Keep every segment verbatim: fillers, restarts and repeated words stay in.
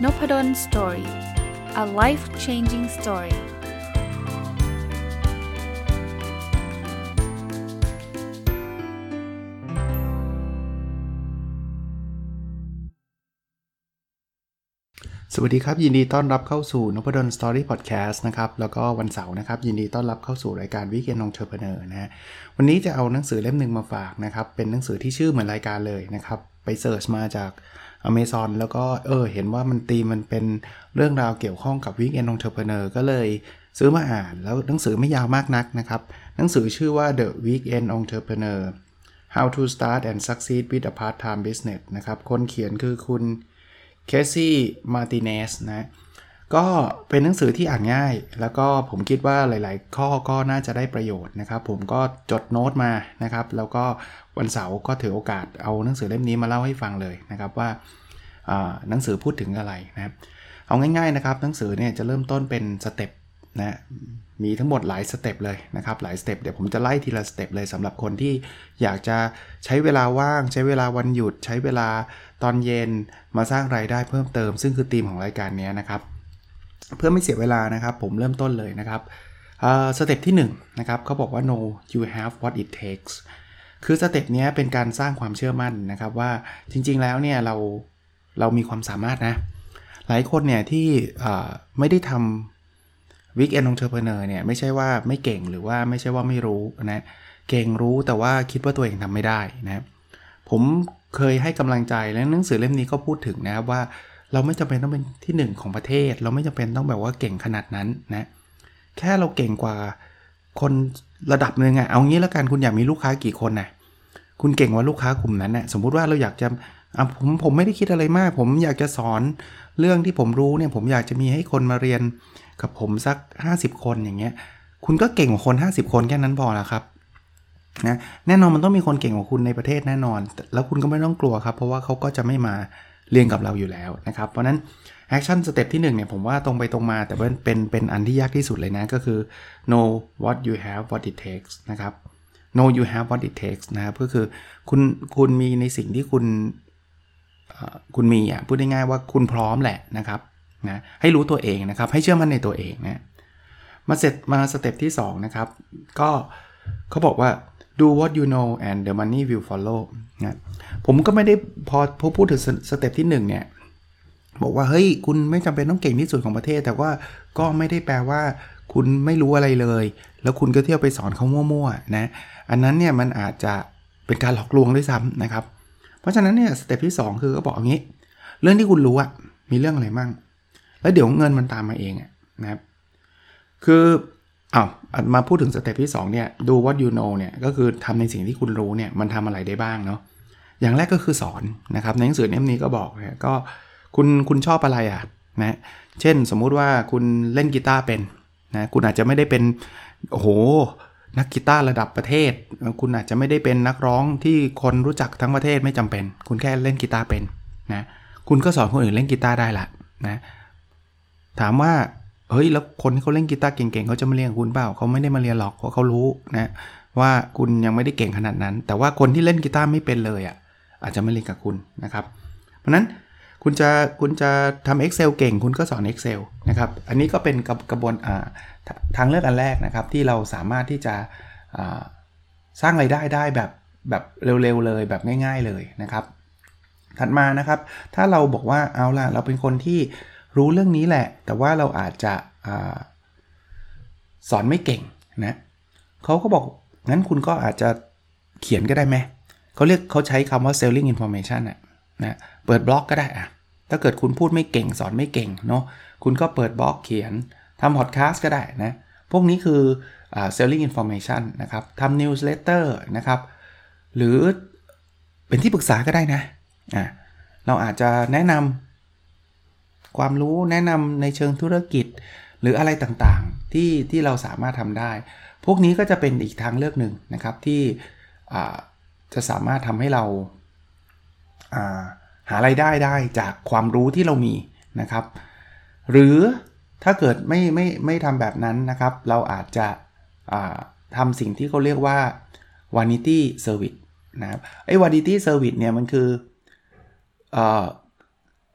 Noppadan Story. A life-changing story. สวัสดีครับยินดีต้อนรับเข้าสู่ Noppadan Story Podcast นะครับแล้วก็วันเสาร์นะครับยินดีต้อนรับเข้าสู่รายการ Weekend Entrepreneur นะฮะวันนี้จะเอาหนังสือเล่มนึงมาฝากนะครับเป็นหนังสือที่ชื่อเหมือนรายการเลยนะครับไปเสิร์ชมาจาก Amazon แล้วก็เออเห็นว่ามันตีมันเป็นเรื่องราวเกี่ยวข้องกับ Weekend Entrepreneur ก็เลยซื้อมาอ่านแล้วหนังสือไม่ยาวมากนักนะครับหนังสือชื่อว่า The Weekend Entrepreneur How to Start and Succeed with a Part-Time Business นะครับคนเขียนคือคุณเคซี่มาร์ติเนสนะก็เป็นหนังสือที่อ่านง่ายแล้วก็ผมคิดว่าหลายๆข้อก็น่าจะได้ประโยชน์นะครับผมก็จดโน้ตมานะครับแล้วก็วันเสาร์ก็ถือโอกาสเอาหนังสือเล่มนี้มาเล่าให้ฟังเลยนะครับว่าหนังสือพูดถึงอะไรนะครับเอาง่ายๆนะครับหนังสือเนี่ยจะเริ่มต้นเป็นสเต็ปนะมีทั้งหมดหลายสเต็ปเลยนะครับหลายสเต็ปเดี๋ยวผมจะไล่ทีละสเต็ปเลยสำหรับคนที่อยากจะใช้เวลาว่างใช้เวลาวันหยุดใช้เวลาตอนเย็นมาสร้างรายได้เพิ่มเติมซึ่งคือธีมของรายการนี้นะครับเพื่อไม่เสียเวลานะครับผมเริ่มต้นเลยนะครับสเต็ปที่หนึ่งนะครับเขาบอกว่า know you have what it takes คือสเต็ปนี้เป็นการสร้างความเชื่อมั่นนะครับว่าจริงๆแล้วเนี่ยเราเรามีความสามารถนะหลายคนเนี่ยที่ไม่ได้ทำWeekend Entrepreneur เนี่ยไม่ใช่ว่าไม่เก่งหรือว่าไม่ใช่ว่าไม่รู้นะเก่งรู้แต่ว่าคิดว่าตัวเองทำไม่ได้นะผมเคยให้กำลังใจและหนังสือเล่มนี้ก็พูดถึงนะครับว่าเราไม่จำเป็นต้องเป็นที่หนึ่งของประเทศเราไม่จำเป็นต้องแบบว่าเก่งขนาดนั้นนะแค่เราเก่งกว่าคนระดับนึงอ่ะเอางี้แล้วกันคุณอยากมีลูกค้ากี่คนน่ะคุณเก่งกว่าลูกค้ากลุ่มนั้นน่ะสมมุติว่าเราอยากจะอ่ะผมผมไม่ได้คิดอะไรมากผมอยากจะสอนเรื่องที่ผมรู้เนี่ยผมอยากจะมีให้คนมาเรียนกับผมสักห้าสิบคนอย่างเงี้ยคุณก็เก่งกว่าคนห้าสิบคนแค่นั้นพอแล้วครับนะแน่นอนมันต้องมีคนเก่งกว่าคุณในประเทศแน่นอนแล้วคุณก็ไม่ต้องกลัวครับเพราะว่าเขาก็จะไม่มาเรียนกับเราอยู่แล้วนะครับเพราะนั้นแอคชั่นสเต็ปที่หนึ่งเนี่ยผมว่าตรงไปตรงมาแต่ว่าเป็นเป็นอันที่ยากที่สุดเลยนะก็คือ know what you have what it takes นะครับ know you have what it takes นะครับก็คือคุณคุณมีในสิ่งที่คุณคุณมีอ่ะพูดง่ายๆว่าคุณพร้อมแหละนะครับนะให้รู้ตัวเองนะครับให้เชื่อมั่นในตัวเองนะมาเสร็จมาสเต็ปที่สองนะครับก็เขาบอกว่า do what you know and the money will follow นะผมก็ไม่ได้พอพอพูดถึงสเต็ปที่หนึ่งเนี่ยบอกว่าเฮ้ยคุณไม่จำเป็นต้องเก่งที่สุดของประเทศแต่ว่าก็ไม่ได้แปลว่าคุณไม่รู้อะไรเลยแล้วคุณก็เที่ยวไปสอนเขามั่วๆนะอันนั้นเนี่ยมันอาจจะเป็นการหลอกลวงด้วยซ้ำนะครับเพราะฉะนั้นเนี่ยสเต็ปที่สองคือก็บอกอย่างนี้เรื่องที่คุณรู้อะมีเรื่องอะไรมั่งแล้วเดี๋ยวเงินมันตามมาเองนะครับคืออ้าวมาพูดถึงสเต็ปที่สองเนี่ยดู what you know เนี่ยก็คือทำในสิ่งที่คุณรู้เนี่ยมันทำอะไรได้บ้างเนาะอย่างแรกก็คือสอนนะครับในหนังสือเล่มนี้ก็บอกนะก็คุณคุณชอบอะไรอ่ะนะเช่นสมมุติว่าคุณเล่นกีตาร์เป็นนะคุณอาจจะไม่ได้เป็นโอ้โหนักกีตาร์ระดับประเทศคุณอาจจะไม่ได้เป็นนักร้องที่คนรู้จักทั้งประเทศไม่จำเป็นคุณแค่เล่นกีตาร์เป็นนะคุณก็สอนคนอื่นเล่นกีตาร์ได้ละนะถามว่าเฮ้ยแล้วคนที่เขาเล่นกีตาร์เก่งๆเขาจะมาเรียนกับคุณเปล่าเขาไม่ได้มาเรียนหรอกเพราะเขารู้นะว่าคุณยังไม่ได้เก่งขนาดนั้นแต่ว่าคนที่เล่นกีตาร์ไม่เป็นเลยอ่ะอาจจะไม่เรียนกับคุณนะครับเพราะนั้นคุณจะคุณจะทำ Excel เก่งคุณก็สอน Excel นะครับอันนี้ก็เป็นกระบวนอ่าทางเลือกอันแรกนะครับที่เราสามารถที่จะสร้างรายได้ได้แบบแบบเร็วๆเลยแบบง่ายๆเลยนะครับถัดมานะครับถ้าเราบอกว่าเอาล่ะเราเป็นคนที่รู้เรื่องนี้แหละแต่ว่าเราอาจจะอาสอนไม่เก่งนะเขาก็บอกงั้นคุณก็อาจจะเขียนก็ได้ไหมเขาเรียกเขาใช้คำว่า selling information นะนะเปิดบล็อกก็ได้อะถ้าเกิดคุณพูดไม่เก่งสอนไม่เก่งเนาะคุณก็เปิดบล็อกเขียนทำพอดแคสต์ก็ได้นะพวกนี้คืออ่า selling information นะครับทำ newsletter นะครับหรือเป็นที่ปรึกษาก็ได้นะอ่าเราอาจจะแนะนำความรู้แนะนำในเชิงธุรกิจหรืออะไรต่างๆที่ที่เราสามารถทำได้พวกนี้ก็จะเป็นอีกทางเลือกหนึ่งนะครับที่อ่าจะสามารถทำให้เราอ่าหารายได้ได้จากความรู้ที่เรามีนะครับหรือถ้าเกิดไม่ไม่ไม่ทำแบบนั้นนะครับเราอาจจะทำสิ่งที่เขาเรียกว่า vanity service นะครับไอ้ vanity service เนี่ยมันคือเอ่อ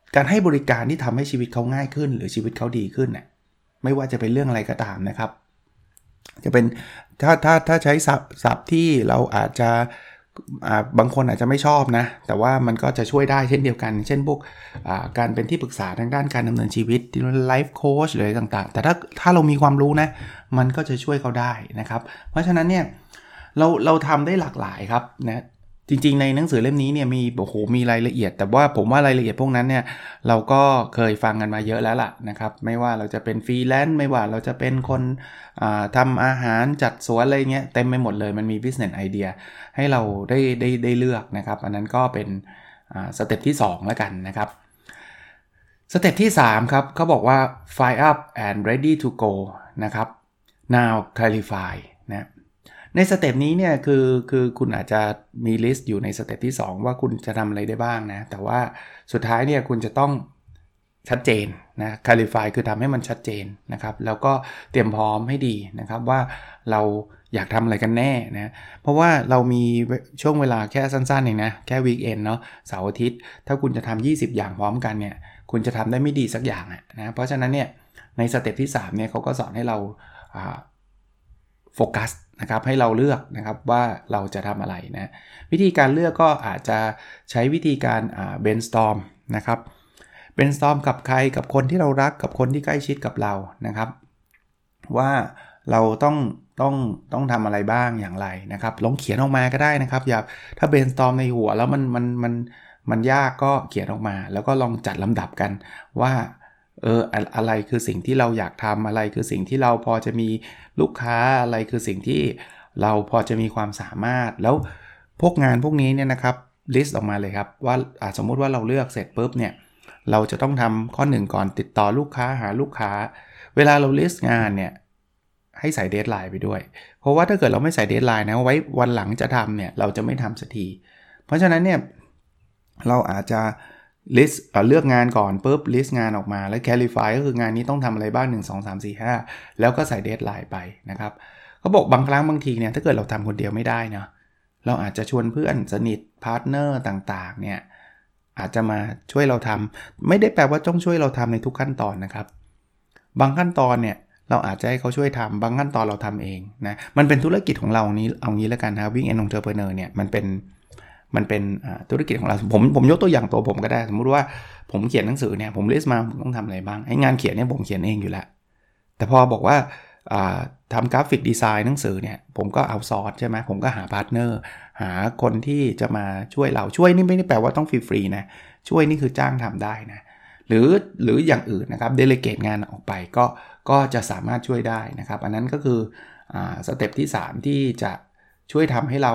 การให้บริการที่ทำให้ชีวิตเขาง่ายขึ้นหรือชีวิตเขาดีขึ้นน่ะไม่ว่าจะเป็นเรื่องอะไรก็ตามนะครับจะเป็นถ้าถ้าถ้าใช้ศัพท์ศัพท์ที่เราอาจจะบางคนอาจจะไม่ชอบนะแต่ว่ามันก็จะช่วยได้เช่นเดียวกันเช่นพวกการเป็นที่ปรึกษาทางด้านการดำเนินชีวิตที่เรียกว่าไลฟ์โค้ชหรืออะไรต่างๆแต่ถ้าถ้าเรามีความรู้นะมันก็จะช่วยเขาได้นะครับเพราะฉะนั้นเนี่ยเราเราทำได้หลากหลายครับนะจริงๆในหนังสือเล่มนี้เนี่ยมีโอ้โหมีรายละเอียดแต่ว่าผมว่ารายละเอียดพวกนั้นเนี่ยเราก็เคยฟังกันมาเยอะแล้วล่ะนะครับไม่ว่าเราจะเป็นฟรีแลนซ์ไม่ว่าเราจะเป็นคนทำอาหารจัดสวนอะไรเงี้ยเต็มไปหมดเลยมันมี business idea ให้เราได้ได้ได้เลือกนะครับอันนั้นก็เป็นสเต็ปที่สองแล้วกันนะครับสเต็ปที่สามครับเขาบอกว่า fire up and ready to go นะครับ now clarify นะในสเต็ปนี้เนี่ยคือคือคุณอาจจะมีลิสต์อยู่ในสเต็ปที่สองว่าคุณจะทำอะไรได้บ้างนะแต่ว่าสุดท้ายเนี่ยคุณจะต้องชัดเจนนะ clarify คือทำให้มันชัดเจนนะครับแล้วก็เตรียมพร้อมให้ดีนะครับว่าเราอยากทำอะไรกันแน่นะเพราะว่าเรามีช่วงเวลาแค่สั้นๆเองนะแค่วีคเอนด์เนาะเสาร์อาทิตย์ถ้าคุณจะทำยี่สิบอย่างพร้อมกันเนี่ยคุณจะทำได้ไม่ดีสักอย่างนะเพราะฉะนั้นเนี่ยในสเต็ปที่สามเนี่ยเขาก็สอนให้เราโฟกัสนะครับให้เราเลือกนะครับว่าเราจะทำอะไรนะวิธีการเลือกก็อาจจะใช้วิธีการอ่า brainstorm นะครับ brainstorm กับใครกับคนที่เรารักกับคนที่ใกล้ชิดกับเรานะครับว่าเราต้องต้องต้องทำอะไรบ้างอย่างไรนะครับลองเขียนออกมาก็ได้นะครับอย่าถ้า brainstorm ในหัวแล้วมันมันมันมันยากก็เขียนออกมาแล้วก็ลองจัดลำดับกันว่าเอออะไรคือสิ่งที่เราอยากทำอะไรคือสิ่งที่เราพอจะมีลูกค้าอะไรคือสิ่งที่เราพอจะมีความสามารถแล้วพวกงานพวกนี้เนี่ยนะครับลิสต์ออกมาเลยครับว่าสมมุติว่าเราเลือกเสร็จปุ๊บเนี่ยเราจะต้องทำข้อหนึ่งก่อนติดต่อลูกค้าหาลูกค้าเวลาเราลิสต์งานเนี่ยให้ใส่เดดไลน์ไปด้วยเพราะว่าถ้าเกิดเราไม่ใส่เดดไลน์นะไว้วันหลังจะทำเนี่ยเราจะไม่ทำสักทีเพราะฉะนั้นเนี่ยเราอาจจะlist เลือกงานก่อนปุ๊บ list งานออกมาแล้ว clarify ก็คืองานนี้ต้องทำอะไรบ้างหนึ่ง สอง สาม สี่ ห้าแล้วก็ใส่ deadline ไปนะครับเขาบอกบางครั้งบางทีเนี่ยถ้าเกิดเราทำคนเดียวไม่ได้เนาะเราอาจจะชวนเพื่อนสนิทพาร์ทเนอร์ต่างๆเนี่ยอาจจะมาช่วยเราทำไม่ได้แปลว่าต้องช่วยเราทำในทุกขั้นตอนนะครับบางขั้นตอนเนี่ยเราอาจจะให้เขาช่วยทำบางขั้นตอนเราทำเองนะมันเป็นธุรกิจของเรานี้เอางี้แล้วกันนะ Weekend Entrepreneur เนี่ยมันเป็นมันเป็นธุรกิจของเราผมผมยกตัวอย่างตัวผมก็ได้สมมุติว่าผมเขียนหนังสือเนี่ยผมลิสต์มาผมต้องทำอะไรบ้างไอ้งานเขียนเนี่ยผมเขียนเองอยู่แล้วแต่พอบอกว่าทำกราฟิกดีไซน์หนังสือเนี่ยผมก็เอาซอร์สใช่ไหมผมก็หาพาร์ทเนอร์หาคนที่จะมาช่วยเราช่วยนี่ไม่ได้แปลว่าต้องฟรีๆนะช่วยนี่คือจ้างทำได้นะหรือหรืออย่างอื่นนะครับเดลิเกตงานออกไปก็ก็จะสามารถช่วยได้นะครับอันนั้นก็คือสเต็ปที่สามที่จะช่วยทำให้เรา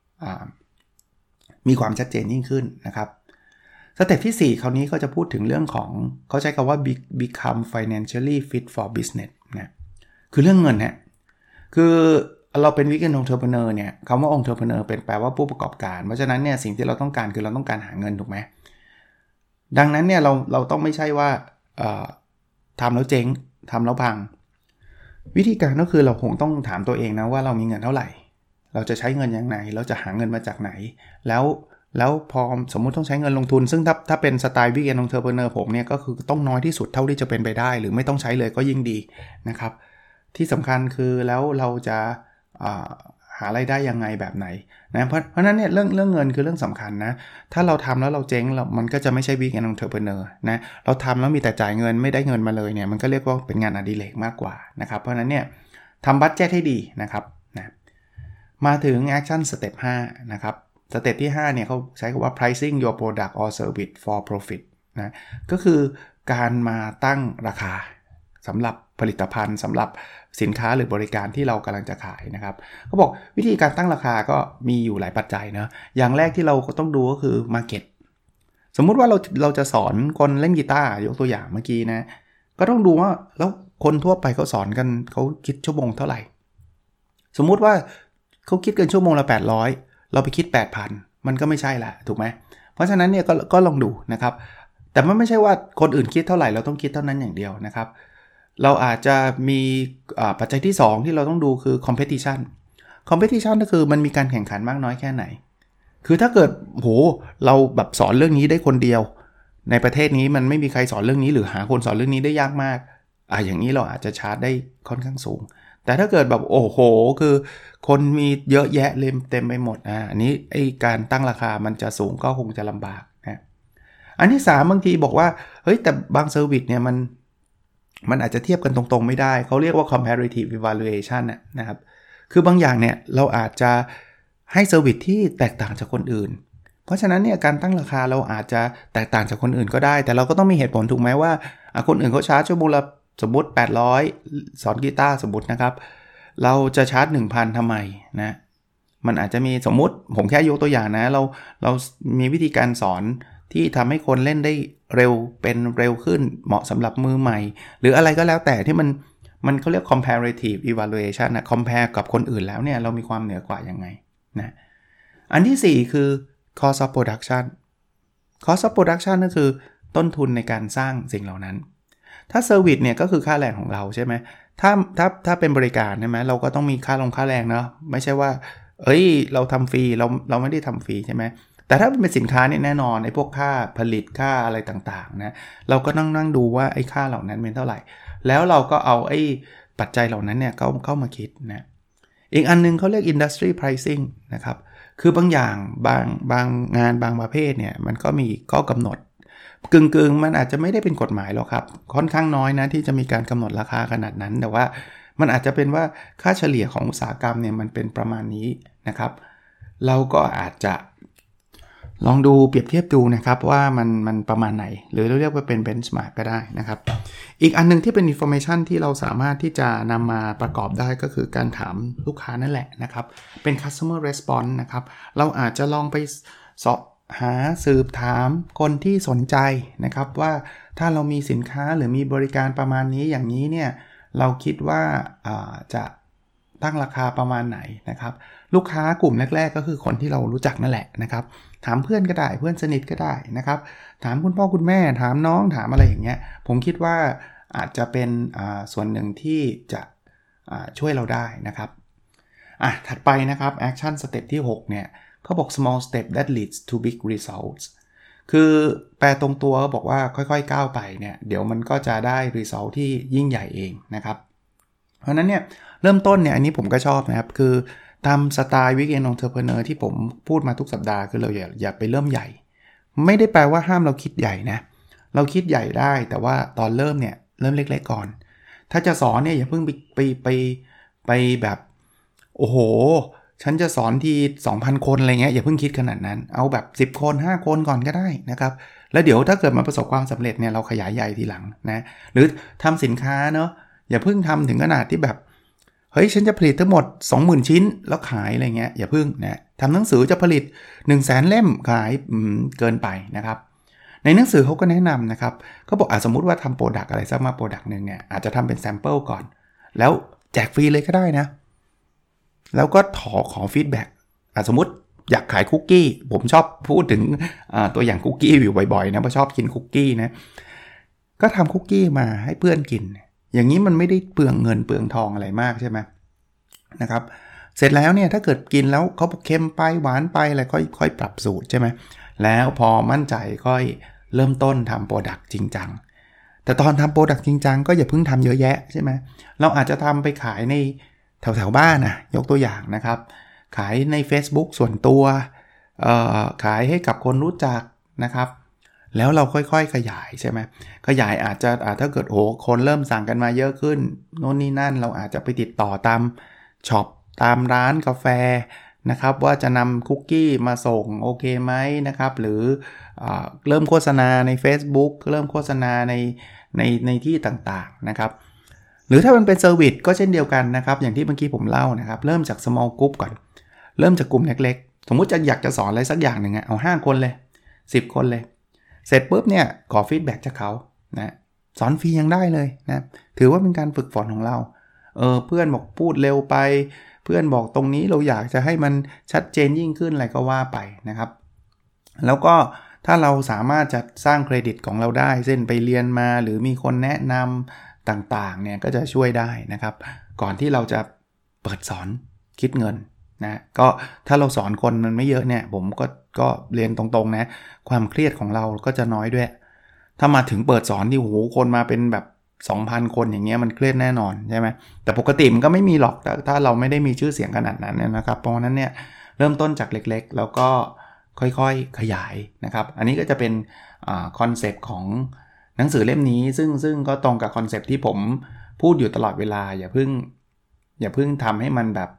มีความชัดเจนยิ่งขึ้นนะครับสเต็ปที่สี่คราวนี้ก็จะพูดถึงเรื่องของเขาใช้คำว่า become financially fit for business นะคือเรื่องเงินฮะคือเราเป็น Weekend Entrepreneur เนี่ยคำว่า Entrepreneur เป็นแปลว่าผู้ประกอบการเพราะฉะนั้นเนี่ยสิ่งที่เราต้องการคือเราต้องการหาเงินถูกไหมดังนั้นเนี่ยเราเราต้องไม่ใช่ว่าทำแล้วเจ๊งทำแล้วพังวิธีการก็คือเราคงต้องถามตัวเองนะว่าเรามีเงินเท่าไหร่เราจะใช้เงินยังไงเราจะหาเงินมาจากไหนแล้วแล้วพอสมมุติต้องใช้เงินลงทุนซึ่งถ้าถ้าเป็นสไตล์ Weekend Entrepreneur ผมเนี่ยก็คือต้องน้อยที่สุดเท่าที่จะเป็นไปได้หรือไม่ต้องใช้เลยก็ยิ่งดีนะครับที่สำคัญคือแล้วเราจะหารายได้ยังไงแบบไหนนะเพราะเพราะนั้นเนี่ยเรื่องเรื่องเงินคือเรื่องสำคัญนะถ้าเราทำแล้วเราเจ๊งเรามันก็จะไม่ใช่ Weekend Entrepreneur นะเราทำแล้วมีแต่จ่ายเงินไม่ได้เงินมาเลยเนี่ยมันก็เรียกว่าเป็นงานอดิเรกมากกว่านะครับเพราะนั้นเนี่ยทำบัดเจ็ตให้ดีนะครับนะมาถึง Action Step ห้านะครับสเต็ปที่ห้าเนี่ยเขาใช้คำว่า pricing your product or service for profit นะก็คือการมาตั้งราคาสำหรับผลิตภัณฑ์สำหรับสินค้าหรือบริการที่เรากำลังจะขายนะครับเขาบอกวิธีการตั้งราคาก็มีอยู่หลายปัจจัยนะอย่างแรกที่เราต้องดูก็คือ market สมมุติว่าเราเราจะสอนคนเล่นกีตาร์ยกตัวอย่างเมื่อกี้นะก็ต้องดูว่าแล้วคนทั่วไปเขาสอนกันเขาคิดชั่วโมงเท่าไหร่สมมุติว่าเขาคิดกันชั่วโมงละแปดร้อยเราไปคิด แปดพัน มันก็ไม่ใช่ละถูกไหมเพราะฉะนั้นเนี่ยก็ก็ลองดูนะครับแต่มันไม่ใช่ว่าคนอื่นคิดเท่าไหร่เราต้องคิดเท่านั้นอย่างเดียวนะครับเราอาจจะมีปัจจัยที่สองที่เราต้องดูคือ competition competition ก็คือมันมีการแข่งขันมากน้อยแค่ไหนคือถ้าเกิดโหเราแบบสอนเรื่องนี้ได้คนเดียวในประเทศนี้มันไม่มีใครสอนเรื่องนี้หรือหาคนสอนเรื่องนี้ได้ยากมากอ่ะอย่างนี้เราอาจจะชาร์จได้ค่อนข้างสูงแต่ถ้าเกิดแบบโอ้โหคือคนมีเยอะแยะเลยเต็มไปหมดอ่ะอันนี้ไอ้การตั้งราคามันจะสูงก็คงจะลำบากนะอันที่สามบางทีบอกว่าเฮ้ยแต่บางเซอร์วิสเนี่ยมันมันอาจจะเทียบกันตรงๆไม่ได้เขาเรียกว่า comparative evaluation นะครับคือบางอย่างเนี่ยเราอาจจะให้เซอร์วิสที่แตกต่างจากคนอื่นเพราะฉะนั้นเนี่ยการตั้งราคาเราอาจจะแตกต่างจากคนอื่นก็ได้แต่เราก็ต้องมีเหตุผลถูกไหมว่าคนอื่นเขาชาร์จชั่วโมงละสมมุติแปดร้อยสอนกีตาร์สมมุตินะครับเราจะชาร์จ หนึ่งพัน ทำไมนะมันอาจจะมีสมมุติผมแค่ยกตัวอย่างนะเราเรามีวิธีการสอนที่ทำให้คนเล่นได้เร็วเป็นเร็วขึ้นเหมาะสำหรับมือใหม่หรืออะไรก็แล้วแต่ที่มันมันเขาเรียก comparative evaluation นะ compare กับคนอื่นแล้วเนี่ยเรามีความเหนือกว่ายังไงนะอันที่สี่คือ cost of production cost of production ก็คือต้นทุนในการสร้างสิ่งเหล่านั้นถ้า service เนี่ยก็คือค่าแรงของเราใช่ไหมถ้าถ้าถ้าเป็นบริการใช่ไหมเราก็ต้องมีค่าลงค่าแรงเนาะไม่ใช่ว่าเอ้ยเราทำฟรีเราเราไม่ได้ทำฟรีใช่ไหมแต่ถ้าเป็นสินค้าเนี่ยแน่นอนไอ้พวกค่าผลิตค่าอะไรต่างๆนะเราก็นั่งนั่งดูว่าไอ้ค่าเหล่านั้นเป็นเท่าไหร่แล้วเราก็เอาไอ้ปัจจัยเหล่านั้นเนี่ยเข้าเข้ามาคิดนะอีกอันนึงเขาเรียก industry pricing นะครับคือบางอย่างบางบางงานบางประเภทเนี่ยมันก็มีข้อกำหนดกึ่งๆมันอาจจะไม่ได้เป็นกฎหมายหรอกครับค่อนข้างน้อยนะที่จะมีการกำหนดราคาขนาดนั้นแต่ว่ามันอาจจะเป็นว่าค่าเฉลี่ยของอุตสาหกรรมเนี่ยมันเป็นประมาณนี้นะครับเราก็อาจจะลองดูเปรียบเทียบดูนะครับว่ามันมันประมาณไหนหรือเราเรียกว่าเป็น benchmark ก็ได้นะครับอีกอันนึงที่เป็น information ที่เราสามารถที่จะนำมาประกอบได้ก็คือการถามลูกค้านั่นแหละนะครับเป็น customer response นะครับเราอาจจะลองไปสอบหาสืบถามคนที่สนใจนะครับว่าถ้าเรามีสินค้าหรือมีบริการประมาณนี้อย่างนี้เนี่ยเราคิดว่าจะตั้งราคาประมาณไหนนะครับลูกค้ากลุ่มแรกๆก็คือคนที่เรารู้จักนั่นแหละนะครับถามเพื่อนก็ได้เพื่อนสนิทก็ได้นะครับถามคุณพ่อคุณแม่ถามน้องถามอะไรอย่างเงี้ยผมคิดว่าอาจจะเป็นส่วนหนึ่งที่จะช่วยเราได้นะครับอ่ะถัดไปนะครับ action step ที่หกเนี่ยเขาบอก small step that leads to big results คือแปลตรงตัวก็บอกว่าค่อยๆก้าวไปเนี่ยเดี๋ยวมันก็จะได้ result ที่ยิ่งใหญ่เองนะครับเพราะนั้นเนี่ยเริ่มต้นเนี่ยอันนี้ผมก็ชอบนะครับคือตามสไตล์ Weekend Entrepreneur ที่ผมพูดมาทุกสัปดาห์คือเราอย่าอย่าไปเริ่มใหญ่ไม่ได้แปลว่าห้ามเราคิดใหญ่นะเราคิดใหญ่ได้แต่ว่าตอนเริ่มเนี่ยเริ่มเล็กๆก่อนถ้าจะสอนเนี่ยอย่าเพิ่งไปไปไปไปแบบโอ้โหฉันจะสอนที สองพัน คนอะไรเงี้ยอย่าเพิ่งคิดขนาดนั้นเอาแบบสิบคนห้าคนก่อนก็ได้นะครับแล้วเดี๋ยวถ้าเกิดมันประสบความสำเร็จเนี่ยเราขยายใหญ่ทีหลังนะหรือทำสินค้าเนาะอย่าเพิ่งทำถึงขนาดที่แบบเฮ้ยฉันจะผลิตทั้งหมด สองหมื่น ชิ้นแล้วขายอะไรเงี้ยอย่าเพิ่งนะทำหนังสือจะผลิต หนึ่งแสน เล่มขายเกินไปนะครับในหนังสือเขาก็แนะนำนะครับเขาบอกสมมุติว่าทำโปรดักต์อะไรสักมาโปรดักต์นึงเนี่ยอาจจะทำเป็นแซมเปิลก่อนแล้วแจกฟรีเลยก็ได้นะแล้วก็ขอขอฟีดแบ็กสมมุติอยากขายคุกกี้ผมชอบพูดถึงตัวอย่างคุกกี้อยู่บ่อยๆนะเพราะชอบกินคุกกี้นะก็ทำคุกกี้มาให้เพื่อนกินอย่างนี้มันไม่ได้เปลืองเงินเปลืองทองอะไรมากใช่ไหมนะครับเสร็จแล้วเนี่ยถ้าเกิดกินแล้วเขาบอกเค็มไปหวานไปอะไรค่อยค่อยปรับสูตรใช่ไหมแล้วพอมั่นใจค่อยเริ่มต้นทำโปรดักต์จริงจังแต่ตอนทำโปรดักต์จริงจังก็อย่าเพิ่งทำเยอะแยะใช่ไหมเราอาจจะทำไปขายในแถวๆบ้านนะยกตัวอย่างนะครับขายใน Facebook ส่วนตัวขายให้กับคนรู้จักนะครับแล้วเราค่อยๆขยายใช่ไหมขยายอาจจะอาจถ้าเกิดโอ้คนเริ่มสั่งกันมาเยอะขึ้นโน่นนี่นั่นเราอาจจะไปติดต่อตามช็อปตามร้านกาแฟนะครับว่าจะนำคุกกี้มาส่งโอเคไหมนะครับหรือเริ่มโฆษณาใน Facebook เริ่มโฆษณาในในในที่ต่างๆนะครับหรือถ้ามันเป็นเซอร์วิสก็เช่นเดียวกันนะครับอย่างที่เมื่อกี้ผมเล่านะครับเริ่มจาก small group ก่อนเริ่มจากกลุ่มเล็กๆสมมุติจะอยากจะสอนอะไรสักอย่างหนึ่งเอาห้าคนเลยสิบคนเลยเสร็จปุ๊บเนี่ยขอฟีดแบ็กจากเขานะสอนฟรียังได้เลยนะถือว่าเป็นการฝึกฝนของเราเออเพื่อนบอกพูดเร็วไปเพื่อนบอกตรงนี้เราอยากจะให้มันชัดเจนยิ่งขึ้นอะไรก็ว่าไปนะครับแล้วก็ถ้าเราสามารถจะสร้างเครดิตของเราได้เช่นไปเรียนมาหรือมีคนแนะนำต่างๆเนี่ยก็จะช่วยได้นะครับก่อนที่เราจะเปิดสอนคิดเงินนะก็ถ้าเราสอนคนมันไม่เยอะเนี่ยผมก็ก็เรียนตรงๆนะความเครียดของเราก็จะน้อยด้วยถ้ามาถึงเปิดสอนที่โอ้โหคนมาเป็นแบบ สองพัน คนอย่างเงี้ยมันเครียดแน่นอนใช่ไหมแต่ปกติมันก็ไม่มีหรอกถ้าเราไม่ได้มีชื่อเสียงขนาดนั้นนะครับเพราะฉะนั้นเนี่ยเริ่มต้นจากเล็กๆแล้วก็ค่อยๆขยายนะครับอันนี้ก็จะเป็นคอนเซปต์ของหนังสือเล่มนี้ซึ่งซึ่งก็ตรงกับคอนเซปต์ที่ผมพูดอยู่ตลอดเวลาอย่าเพิ่งอย่าเพิ่งทำให้มันแบบ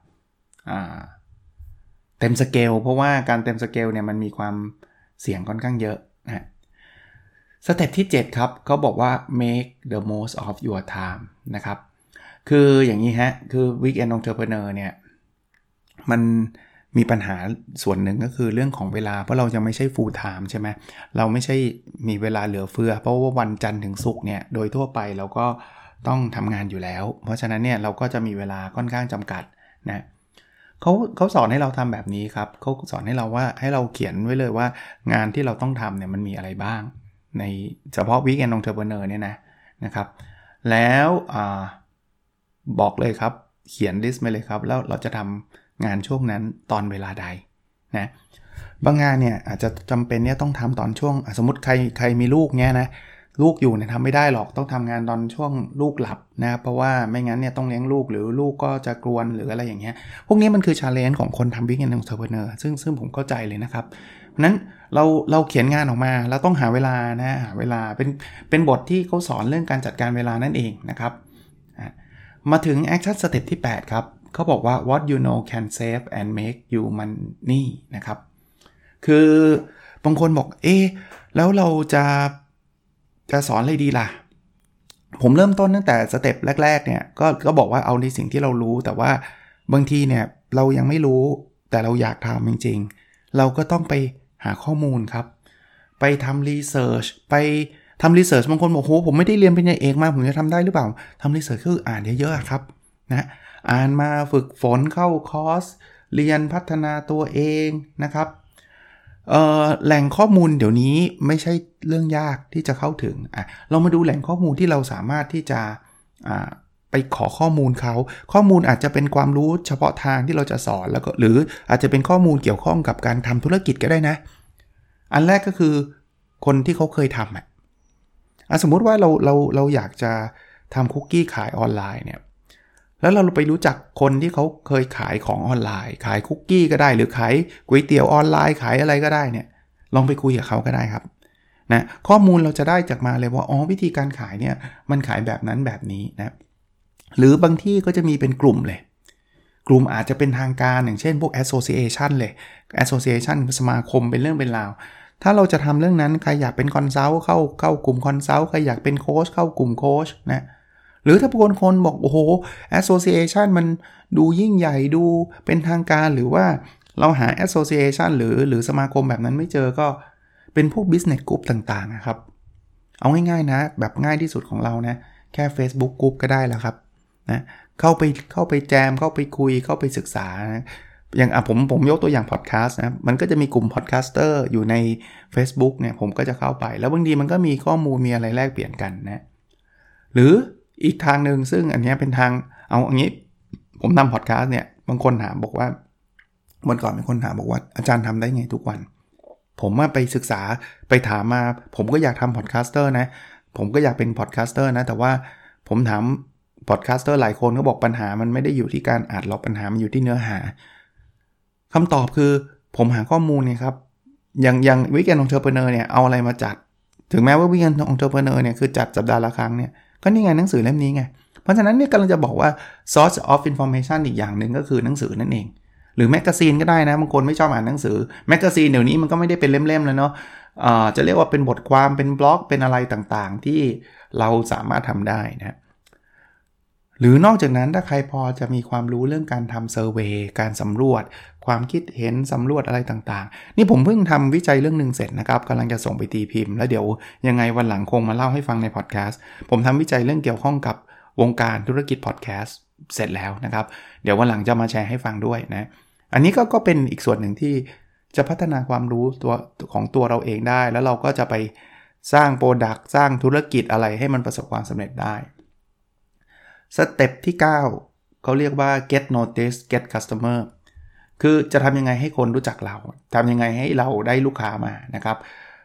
เต็มสเกลเพราะว่าการเต็มสเกลเนี่ยมันมีความเสี่ยงค่อนข้างเยอะนะสเต็ปที่เจ็ดครับเขาบอกว่า make the most of your time นะครับคืออย่างนี้ฮะคือ Weekend Entrepreneur เนี่ยมันมีปัญหาส่วนหนึ่งก็คือเรื่องของเวลาเพราะเราจะไม่ใช่ full time ใช่ไหมเราไม่ใช่มีเวลาเหลือเฟือเพราะว่าวันจันทร์ถึงศุกร์เนี่ยโดยทั่วไปเราก็ต้องทำงานอยู่แล้วเพราะฉะนั้นเนี่ยเราก็จะมีเวลาค่อนข้างจำกัดนะเขาเขาสอนให้เราทำแบบนี้ครับเขาสอนให้เราว่าให้เราเขียนไว้เลยว่างานที่เราต้องทำเนี่ยมันมีอะไรบ้างในเฉพาะ Weekend Entrepreneur เนี่ยนะนะครับแล้วบอกเลยครับเขียนลิสต์มาเลยครับแล้วเราจะทำงานช่วงนั้นตอนเวลาใดนะบางงานเนี่ยอาจจะจำเป็นเนี่ยต้องทำตอนช่วงสมมติใครใครมีลูกเนี่ยนะลูกอยู่เนี่ยทำไม่ได้หรอกต้องทำงานตอนช่วงลูกหลับนะเพราะว่าไม่งั้นเนี่ยต้องเลี้ยงลูกหรือลูกก็จะกรวนหรืออะไรอย่างเงี้ยพวกนี้มันคือ challenge ของคนทำ Weekend Entrepreneur ซึ่งซึ่งผมเข้าใจเลยนะครับนั้นเราเราเขียนงานออกมาแล้วต้องหาเวลานะหาเวลาเป็นเป็นบทที่เขาสอนเรื่องการจัดการเวลานั่นเองนะครับมาถึง action step ที่แปดครับเขาบอกว่า what you know can save and make you money นะครับคือบางคนบอกเอ๊ะแล้วเราจะจะสอนอะไรดีล่ะผมเริ่มต้นตั้งแต่สเต็ปแรกๆเนี่ยก็ก็บอกว่าเอาในสิ่งที่เรารู้แต่ว่าบางทีเนี่ยเรายังไม่รู้แต่เราอยากทำจริงๆเราก็ต้องไปหาข้อมูลครับไปทำรีเสิร์ชไปทำรีเสิร์ชบางคนบอกโหผมไม่ได้เรียนปริญญาเอกมาผมจะทำได้หรือเปล่าทำรีเสิร์ชคืออ่านเยอะๆครับนะอ่านมาฝึกฝนเข้าคอร์สเรียนพัฒนาตัวเองนะครับเอ่อแหล่งข้อมูลเดี๋ยวนี้ไม่ใช่เรื่องยากที่จะเข้าถึงอ่ะเรามาดูแหล่งข้อมูลที่เราสามารถที่จะอ่าไปขอข้อมูลเขาข้อมูลอาจจะเป็นความรู้เฉพาะทางที่เราจะสอนแล้วก็หรืออาจจะเป็นข้อมูลเกี่ยวข้องกับการทำธุรกิจก็ได้นะอันแรกก็คือคนที่เขาเคยทำอ่ะสมมุติว่าเราเราเราอยากจะทำคุกกี้ขายออนไลน์เนี่ยแล้วเราไปรู้จักคนที่เขาเคยขายของออนไลน์ขายคุกกี้ก็ได้หรือขายก๋วยเตี๋ยวออนไลน์ขายอะไรก็ได้เนี่ยลองไปคุยกับเขาก็ได้ครับนะข้อมูลเราจะได้จากมาเลยว่าอ๋อวิธีการขายเนี่ยมันขายแบบนั้นแบบนี้นะหรือบางที่ก็จะมีเป็นกลุ่มเลยกลุ่มอาจจะเป็นทางการอย่างเช่นพวก association เลย association สมาคมเป็นเรื่องเป็นราวถ้าเราจะทำเรื่องนั้นใครอยากเป็นคอนซัลท์เข้าเข้ากลุ่มคอนซัลท์ใครอยากเป็นโค้ชเข้ากลุ่มโค้ชนะหรือถ้าบางคนบอกโอ้โห association มันดูยิ่งใหญ่ดูเป็นทางการหรือว่าเราหา association หรือหรือสมาคมแบบนั้นไม่เจอก็เป็นพวก business group ต่างๆนะครับเอาง่ายๆนะแบบง่ายที่สุดของเรานะแค่ Facebook group ก็ได้แล้วครับนะเข้าไปเข้าไปแจมเข้าไปคุยเข้าไปศึกษานะอย่างอ่ะผมผมยกตัวอย่างพอดแคสต์นะมันก็จะมีกลุ่มพอดแคสเตอร์อยู่ใน Facebook เนี่ยผมก็จะเข้าไปแล้วบางทีมันก็มีข้อมูลมีอะไรแลกเปลี่ยนกันนะหรืออีกทางนึงซึ่งอันนี้เป็นทางเอาอย่างนี้ผมทำพอดแคสต์เนี่ยบางคนถามบอกว่าวันก่อนมีคนถามบอกว่าอาจารย์ทำได้ไงทุกวันผมว่าไปศึกษาไปถามมาผมก็อยากทำพอดแคสเตอร์นะผมก็อยากเป็นพอดแคสเตอร์นะแต่ว่าผมถามพอดแคสเตอร์หลายคนก็บอกปัญหามันไม่ได้อยู่ที่การอัดหรอกปัญหามันอยู่ที่เนื้อหาคำตอบคือผมหาข้อมูลเนี่ยครับอย่างอย่าง Weekend Entrepreneur เนี่ยเอาอะไรมาจัดถึงแม้ว่า Weekend Entrepreneur เนี่ยคือจัดสัปดาห์ละครั้งเนี่ยก็นี่ไงหนังสือเล่มนี้ไงเพราะฉะนั้นเนี่ยกำลังจะบอกว่า source of information อีกอย่างหนึ่งก็คือหนังสือนั่นเองหรือแมกกาซีนก็ได้นะบางคนไม่ชอบอ่านหนังสือแมกกาซีนเดี๋ยวนี้มันก็ไม่ได้เป็นเล่มๆแล้วเนาะอ่าจะเรียกว่าเป็นบทความเป็นบล็อกเป็นอะไรต่างๆที่เราสามารถทำได้นะหรือนอกจากนั้นถ้าใครพอจะมีความรู้เรื่องการทำเซอร์เวย์การสำรวจความคิดเห็นสำรวจอะไรต่างๆนี่ผมเพิ่งทำวิจัยเรื่องนึงเสร็จนะครับกำลังจะส่งไปตีพิมพ์แล้วเดี๋ยวยังไงวันหลังคงมาเล่าให้ฟังในพอดแคสต์ผมทำวิจัยเรื่องเกี่ยวข้องกับวงการธุรกิจพอดแคสต์เสร็จแล้วนะครับเดี๋ยววันหลังจะมาแชร์ให้ฟังด้วยนะอันนี้ก็ก็เป็นอีกส่วนหนึ่งที่จะพัฒนาความรู้ตัวของตัวเราเองได้แล้วเราก็จะไปสร้างโปรดักต์สร้างธุรกิจอะไรให้มันประสบความสำเร็จได้สเต็ปที่เก้าเขาเรียกว่า get notice get customer คือจะทำยังไงให้คนรู้จักเราทำยังไงให้เราได้ลูกค้ามานะครับ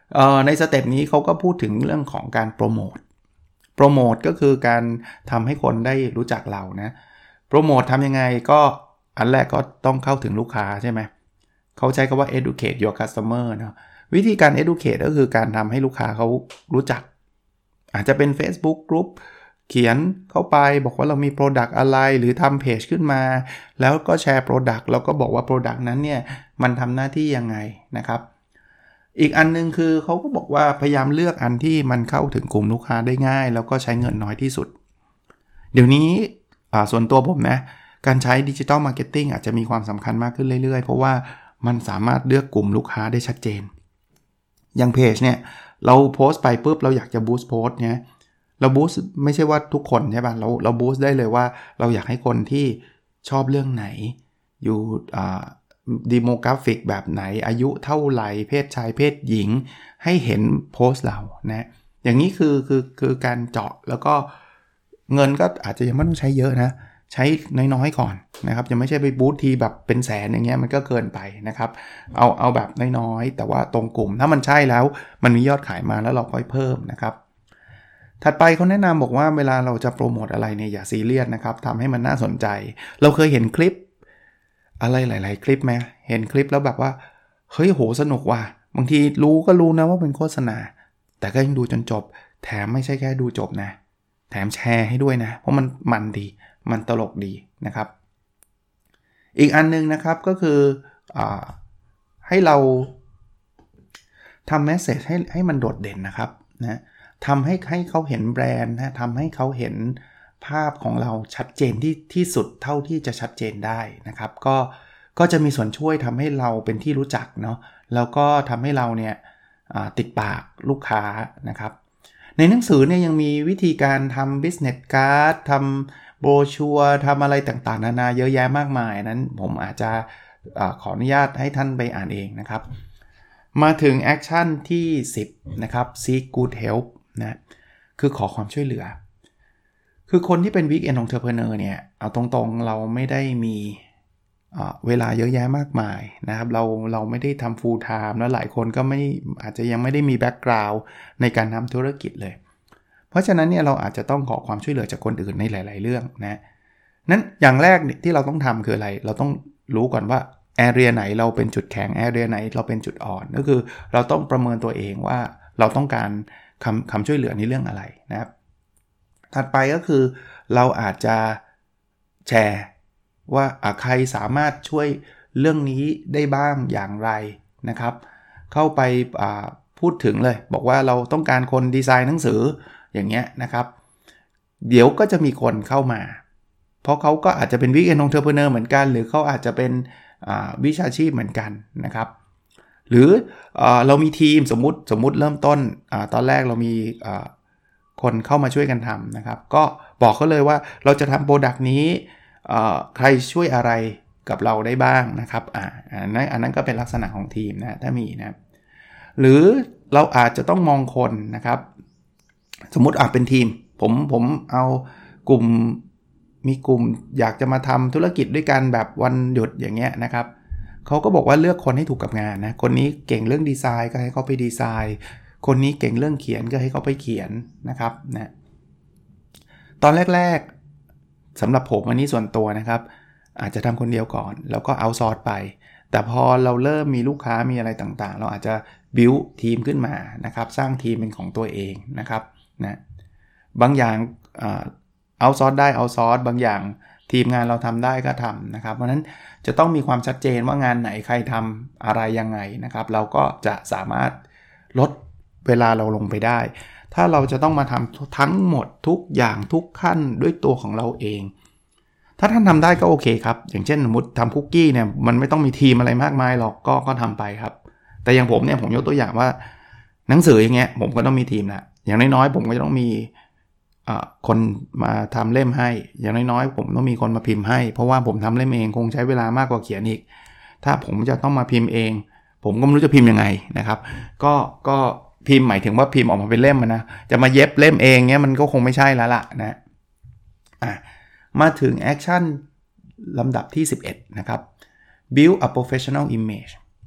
เอ่อในสเต็ปนี้เขาก็พูดถึงเรื่องของการโปรโมทโปรโมทก็คือการทำให้คนได้รู้จักเรานะโปรโมททำยังไงก็อันแรกก็ต้องเข้าถึงลูกค้าใช่ไหมเขาใช้คำว่า educate your customer นะวิธีการ educate ก็คือการทำให้ลูกค้าเขารู้จักอาจจะเป็น Facebook Group เขียนเข้าไปบอกว่าเรามี Product อะไรหรือทำเพจขึ้นมาแล้วก็แชร์ Product แล้วก็บอกว่า Product นั้นเนี่ยมันทำหน้าที่ยังไงนะครับอีกอันนึงคือเขาก็บอกว่าพยายามเลือกอันที่มันเข้าถึงกลุ่มลูกค้าได้ง่ายแล้วก็ใช้เงินน้อยที่สุดเดี๋ยวนี้ส่วนตัวผมนะการใช้ดิจิทัลมาร์เก็ตติ้งอาจจะมีความสำคัญมากขึ้นเรื่อยๆเพราะว่ามันสามารถเลือกกลุ่มลูกค้าได้ชัดเจนอย่างเพจเนี่ยเราโพสต์ไปปุ๊บเราอยากจะบูสต์โพสต์เนี่ยเราบูสต์ไม่ใช่ว่าทุกคนใช่ป่ะเราเราบูสต์ได้เลยว่าเราอยากให้คนที่ชอบเรื่องไหนอยู่อ่าดีโมกราฟิกแบบไหนอายุเท่าไหร่เพศชายเพศหญิงให้เห็นโพสต์เรานะอย่างนี้คือคือคือการเจาะแล้วก็เงินก็อาจจะยังไม่ต้องใช้เยอะนะใช้น้อยๆก่อนนะครับยังไม่ใช่ไปบูสต์ทีแบบเป็นแสนอย่างเงี้ยมันก็เกินไปนะครับเอาเอาแบบน้อยๆแต่ว่าตรงกลุ่มถ้ามันใช่แล้วมันมียอดขายมาแล้วเราค่อยเพิ่มนะครับถัดไปเขาแนะนำบอกว่าเวลาเราจะโปรโมทอะไรเนี่ยอย่าซีเรียสนะครับทำให้มันน่าสนใจเราเคยเห็นคลิปอะไรหลายๆคลิปไหมเห็นคลิปแล้วแบบว่าเฮ้ยโหสนุกว่ะบางทีรู้ก็รู้นะว่าเป็นโฆษณาแต่ก็ยังดูจนจบแถมไม่ใช่แค่ดูจบนะแถมแชร์ให้ด้วยนะเพราะมันมันดีมันตลกดีนะครับอีกอันนึงนะครับก็คืออให้เราทำเมสเสจให้ให้มันโดดเด่นนะครับนะทำให้ให้เขาเห็นแบรนด์นะทำให้เขาเห็นภาพของเราชัดเจนที่ที่สุดเท่าที่จะชัดเจนได้นะครับก็ก็จะมีส่วนช่วยทำให้เราเป็นที่รู้จักเนาะแล้วก็ทำให้เราเนี่ยติดปากลูกค้านะครับในหนังสือเนี่ยยังมีวิธีการทำ business card ทำโบรชัวร์ทำอะไรต่างๆนานาเยอะแยะมากมายนั้นผมอาจจะอขออนุญาตให้ท่านไปอ่านเองนะครับมาถึงแอคชั่นที่สิบนะครับ seek good help นะคือขอความช่วยเหลือคือคนที่เป็น weekend entrepreneur เนี่ยเอาตรงๆเราไม่ได้มีเวลาเยอะแยะมากมายนะครับเราเราไม่ได้ทำ full time แล้วหลายคนก็ไม่อาจจะยังไม่ได้มี background ในการทำธุรกิจเลยเพราะฉะนั้นเนี่ยเราอาจจะต้องขอความช่วยเหลือจากคนอื่นในหลายๆเรื่องนะนั้นอย่างแรกที่เราต้องทำคืออะไรเราต้องรู้ก่อนว่า area ไหนเราเป็นจุดแข็ง area ไหนเราเป็นจุดอ่อนก็คือเราต้องประเมินตัวเองว่าเราต้องการคำคำช่วยเหลือในเรื่องอะไรนะครับถัดไปก็คือเราอาจจะแชร์ว่าใครสามารถช่วยเรื่องนี้ได้บ้างอย่างไรนะครับเข้าไปพูดถึงเลยบอกว่าเราต้องการคนดีไซน์หนังสืออย่างเงี้ยนะครับเดี๋ยวก็จะมีคนเข้ามาเพราะเขาก็อาจจะเป็นวิกเอนองเทอร์เพเนอร์เหมือนกันหรือเขาอาจจะเป็นวิชาชีพเหมือนกันนะครับหรือเอ่อเรามีทีมสมมุติสมมุติเริ่มต้นอ่าตอนแรกเรามีคนเข้ามาช่วยกันทำนะครับก็บอกเขาเลยว่าเราจะทำโปรดักต์นี้ใครช่วยอะไรกับเราได้บ้างนะครับอ่าอันนั้นอันนั้นก็เป็นลักษณะของทีมนะถ้ามีนะหรือเราอาจจะต้องมองคนนะครับสมมุติอ่ะเป็นทีมผมผมเอากลุ่มมีกลุ่มอยากจะมาทำธุรกิจด้วยกันแบบวันหยุดอย่างเงี้ยนะครับเขาก็บอกว่าเลือกคนให้ถูกกับงานนะคนนี้เก่งเรื่องดีไซน์ก็ให้เขาไปดีไซน์คนนี้เก่งเรื่องเขียนก็ให้เขาไปเขียนนะครับนะตอนแรกๆสำหรับผมอันนี้ส่วนตัวนะครับอาจจะทำคนเดียวก่อนแล้วก็เอาซอร์สไปแต่พอเราเริ่มมีลูกค้ามีอะไรต่างๆเราอาจจะบิวทีมขึ้นมานะครับสร้างทีมเป็นของตัวเองนะครับนะบางอย่างเอาซอร์สได้เอาซอร์สบางอย่างทีมงานเราทำได้ก็ทำนะครับเพราะนั้นจะต้องมีความชัดเจนว่างานไหนใครทำอะไรยังไงนะครับเราก็จะสามารถลดเวลาเราลงไปได้ถ้าเราจะต้องมาทำทั้งหมดทุกอย่างทุกขั้นด้วยตัวของเราเองถ้าท่านทำได้ก็โอเคครับอย่างเช่นสมมติทำคุกกี้เนี่ยมันไม่ต้องมีทีมอะไรมากมายหรอกก็ก็ทำไปครับแต่อย่างผมเนี่ยผมยกตัวอย่างว่าหนังสืออย่างเงี้ยผมก็ต้องมีทีมละอย่างน้อยๆผมก็จะต้องมีคนมาทำเล่มให้อย่างน้อยๆผมต้องมีคนมาพิมพ์ให้เพราะว่าผมทำเล่มเองคงใช้เวลามากกว่าเขียนอีกถ้าผมจะต้องมาพิมพ์เองผมก็ไม่รู้จะพิมพ์ยังไงนะครับก็ก็พิมพ์หมายถึงว่าพิมพ์ออกมาเป็นเล่มนะจะมาเย็บเล่มเองเงี้ยมันก็คงไม่ใช่แล้วล่ะนะอ่ะมาถึงแอคชั่นลำดับที่สิบเอ็ดนะครับ build a professional image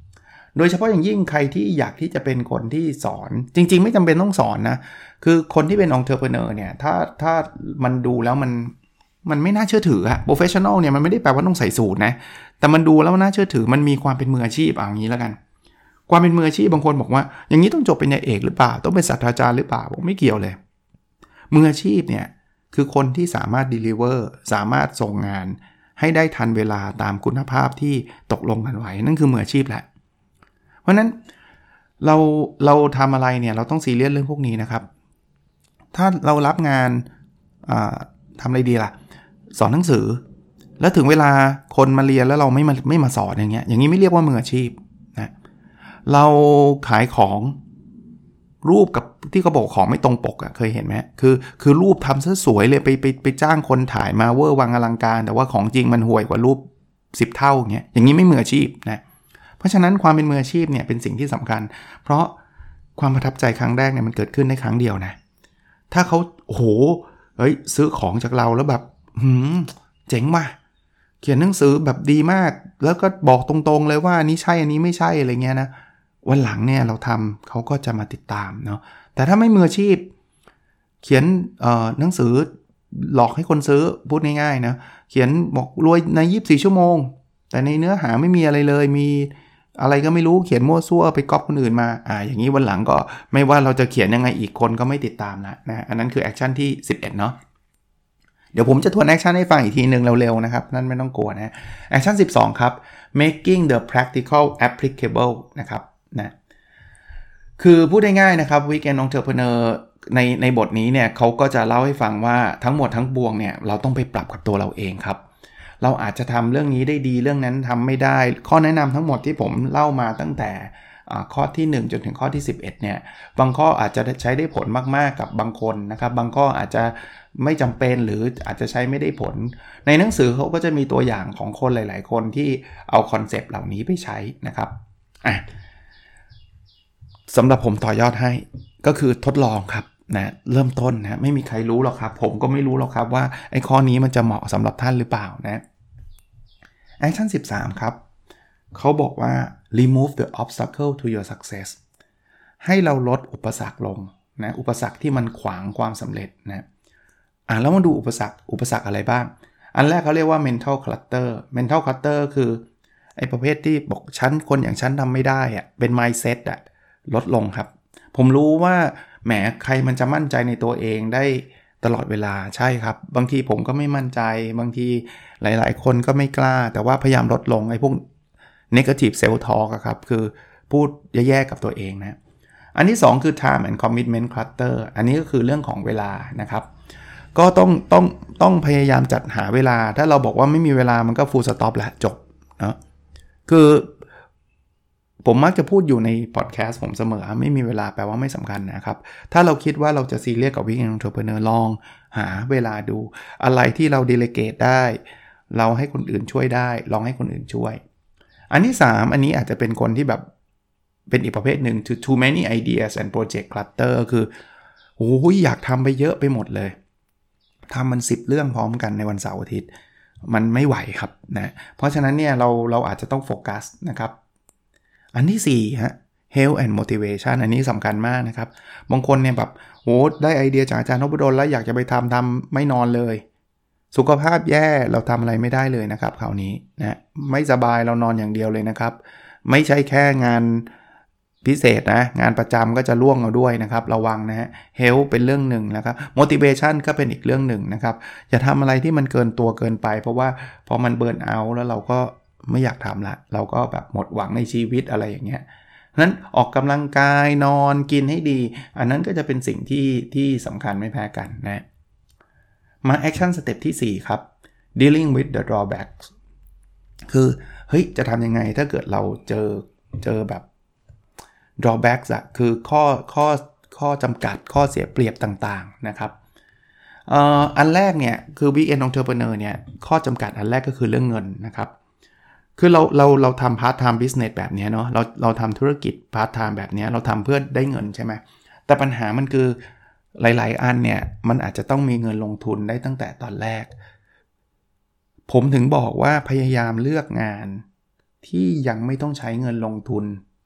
โดยเฉพาะอย่างยิ่งใครที่อยากที่จะเป็นคนที่สอนจริงๆไม่จำเป็นต้องสอนนะคือคนที่เป็น entrepreneur เนี่ยถ้าถ้ามันดูแล้วมันมันไม่น่าเชื่อถืออะ professional เนี่ยมันไม่ได้แปลว่าต้องใส่สูทนะแต่มันดูแล้วมันน่าเชื่อถือมันมีความเป็นมืออาชีพอย่างนี้แล้วกันความเป็นมืออาชีพบางคนบอกว่าอย่างนี้ต้องจบเป็นนายเอกหรือเปล่าต้องเป็นศาสตราจารย์หรือเปล่าผมไม่เกี่ยวเลยมืออาชีพเนี่ยคือคนที่สามารถ deliver สามารถส่งงานให้ได้ทันเวลาตามคุณภาพที่ตกลงกันไว้นั่นคือมืออาชีพแหละเพราะนั้นเราเราทำอะไรเนี่ยเราต้องซีเรียสเรื่องพวกนี้นะครับถ้าเรารับงานทำอะไรดีล่ะสอนหนังสือแล้วถึงเวลาคนมาเรียนแล้วเราไม่มาไม่มาสอนอย่างเงี้ยอย่างนี้ไม่เรียกว่ามืออาชีพนะเราขายของรูปกับที่เขาบอกของไม่ตรงปกอะเคยเห็นไหมคือคือรูปทำซะสวยเลยไปไปไปจ้างคนถ่ายมาเวอร์วังอลังการแต่ว่าของจริงมันห่วยกว่ารูปสิบเท่าอย่างเงี้ยอย่างนี้ไม่มืออาชีพนะเพราะฉะนั้นความเป็นมืออาชีพเนี่ยเป็นสิ่งที่สำคัญเพราะความประทับใจครั้งแรกเนี่ยมันเกิดขึ้นได้ครั้งเดียวนะถ้าเขาโอ้โหเฮ้ยซื้อของจากเราแล้วแบบหืมเจ๋งว่ะเขียนหนังสือแบบดีมากแล้วก็บอกตรงๆเลยว่าอันนี้ใช่อันนี้ไม่ใช่อะไรเงี้ยนะวันหลังเนี่ยเราทำเขาก็จะมาติดตามเนาะแต่ถ้าไม่มืออาชีพเขียนเอ่อหนังสือหลอกให้คนซื้อพูดง่ายๆนะเขียนบอกรวยในยี่สิบสี่ชั่วโมงแต่ในเนื้อหาไม่มีอะไรเลยมีอะไรก็ไม่รู้เขียนมั่วซั่วไปก๊อปคนอื่นมาอ่าอย่างนี้วันหลังก็ไม่ว่าเราจะเขียนยังไงอีกคนก็ไม่ติดตามละนะอันนั้นคือแอคชั่นที่สิบเอ็ดเนาะเดี๋ยวผมจะทวนแอคชั่นให้ฟังอีกทีนึงเร็วๆนะครับนั่นไม่ต้องกลัวนะแอคชั่นสิบสองครับ making the practical applicable นะครับนะคือพูดง่ายๆนะครับ Weekend Entrepreneur ในในบทนี้เนี่ยเขาก็จะเล่าให้ฟังว่าทั้งหมดทั้งปวงเนี่ยเราต้องไปปรับกับตัวเราเองครับเราอาจจะทำเรื่องนี้ได้ดีเรื่องนั้นทำไม่ได้ข้อแนะนำทั้งหมดที่ผมเล่ามาตั้งแต่ข้อที่หนึ่งจนถึงข้อที่สิบเอ็ดเนี่ยบางข้ออาจจะใช้ได้ผลมากๆกับบางคนนะครับบางข้ออาจจะไม่จำเป็นหรืออาจจะใช้ไม่ได้ผลในหนังสือเขาก็จะมีตัวอย่างของคนหลายๆคนที่เอาคอนเซปต์เหล่านี้ไปใช้นะครับอ่ะสำหรับผมต่อยอดให้ก็คือทดลองครับนะเริ่มต้นนะไม่มีใครรู้หรอกครับผมก็ไม่รู้หรอกครับว่าไอ้ข้อนี้มันจะเหมาะสำหรับท่านหรือเปล่านะแอคชั่นสิบสามครับเขาบอกว่า remove the obstacle to your success ให้เราลดอุปสรรคลงนะอุปสรรคที่มันขวางความสำเร็จนะอ่ะแล้วมาดูอุปสรรคอุปสรรคอะไรบ้างอันแรกเขาเรียกว่า mental clutter mental clutter คือไอ้ประเภทที่บอกฉันคนอย่างฉันทำไม่ได้อะเป็น mindset อะลดลงครับผมรู้ว่าแหมใครมันจะมั่นใจในตัวเองได้ตลอดเวลาใช่ครับบางทีผมก็ไม่มั่นใจบางทีหลายๆคนก็ไม่กล้าแต่ว่าพยายามลดลงไอ้พวก negative self talk อะครับคือพูดแย่ๆกับตัวเองนะอันที่สองคือ time and commitment clutter อันนี้ก็คือเรื่องของเวลานะครับก็ต้องต้องต้องพยายามจัดหาเวลาถ้าเราบอกว่าไม่มีเวลามันก็ full stop แล้วจบเนาะคือผมมักจะพูดอยู่ในพอดแคสต์ผมเสมอไม่มีเวลาแปลว่าไม่สำคัญนะครับถ้าเราคิดว่าเราจะซีเรียสกับ Weekend Entrepreneur ลองหาเวลาดูอะไรที่เรา delegate ได้เราให้คนอื่นช่วยได้ลองให้คนอื่นช่วยอันที่สามอันนี้อาจจะเป็นคนที่แบบเป็นอีกประเภทหนึ่ง too many ideas and project clutter คือโอ้ยอยากทำไปเยอะไปหมดเลยทำมันสิบเรื่องพร้อมกันในวันเสาร์อาทิตย์มันไม่ไหวครับนะเพราะฉะนั้นเนี่ยเราเราอาจจะต้องโฟกัสนะครับอันที่สี่ฮะ health and motivation อันนี้สำคัญมากนะครับบางคนเนี่ยแบบโหได้ไอเดียจากอาจารย์นพดลแล้วอยากจะไปทำทำไม่นอนเลยสุขภาพแย่เราทำอะไรไม่ได้เลยนะครับคราวนี้นะไม่สบายเรานอนอย่างเดียวเลยนะครับไม่ใช่แค่งานพิเศษนะงานประจำก็จะล่วงเอาด้วยนะครับระวังนะฮะ health เป็นเรื่องหนึ่งนะครับ motivation ก็เป็นอีกเรื่องหนึ่งนะครับอย่าทำอะไรที่มันเกินตัวเกินไปเพราะว่าพอมันเบิร์นเอาท์แล้วเราก็ไม่อยากทำละเราก็แบบหมดหวังในชีวิตอะไรอย่างเงี้ยนั้นออกกำลังกายนอนกินให้ดีอันนั้นก็จะเป็นสิ่งที่ที่สำคัญไม่แพ้กันนะมา action step ที่สี่ครับ dealing with the drawbacks คือเฮ้ยจะทำยังไงถ้าเกิดเราเจอเจอแบบ drawbacks อะคือข้อข้อข้อจำกัดข้อเสียเปรียบต่างๆนะครับเอ่ออันแรกเนี่ยคือ Weekend Entrepreneur เนี่ยข้อจำกัดอันแรกก็คือเรื่องเงินนะครับคือเราเราเราทำพาร์ทไทม์บิสเนสแบบนี้เนาะเราเราทำธุรกิจพาร์ทไทม์แบบนี้เราทำเพื่อได้เงินใช่ไหมแต่ปัญหามันคือหลายๆอันเนี่ยมันอาจจะต้องมีเงินลงทุนได้ตั้งแต่ตอนแรกผมถึงบอกว่าพยายามเลือกงานที่ยังไม่ต้องใช้เงินลงทุน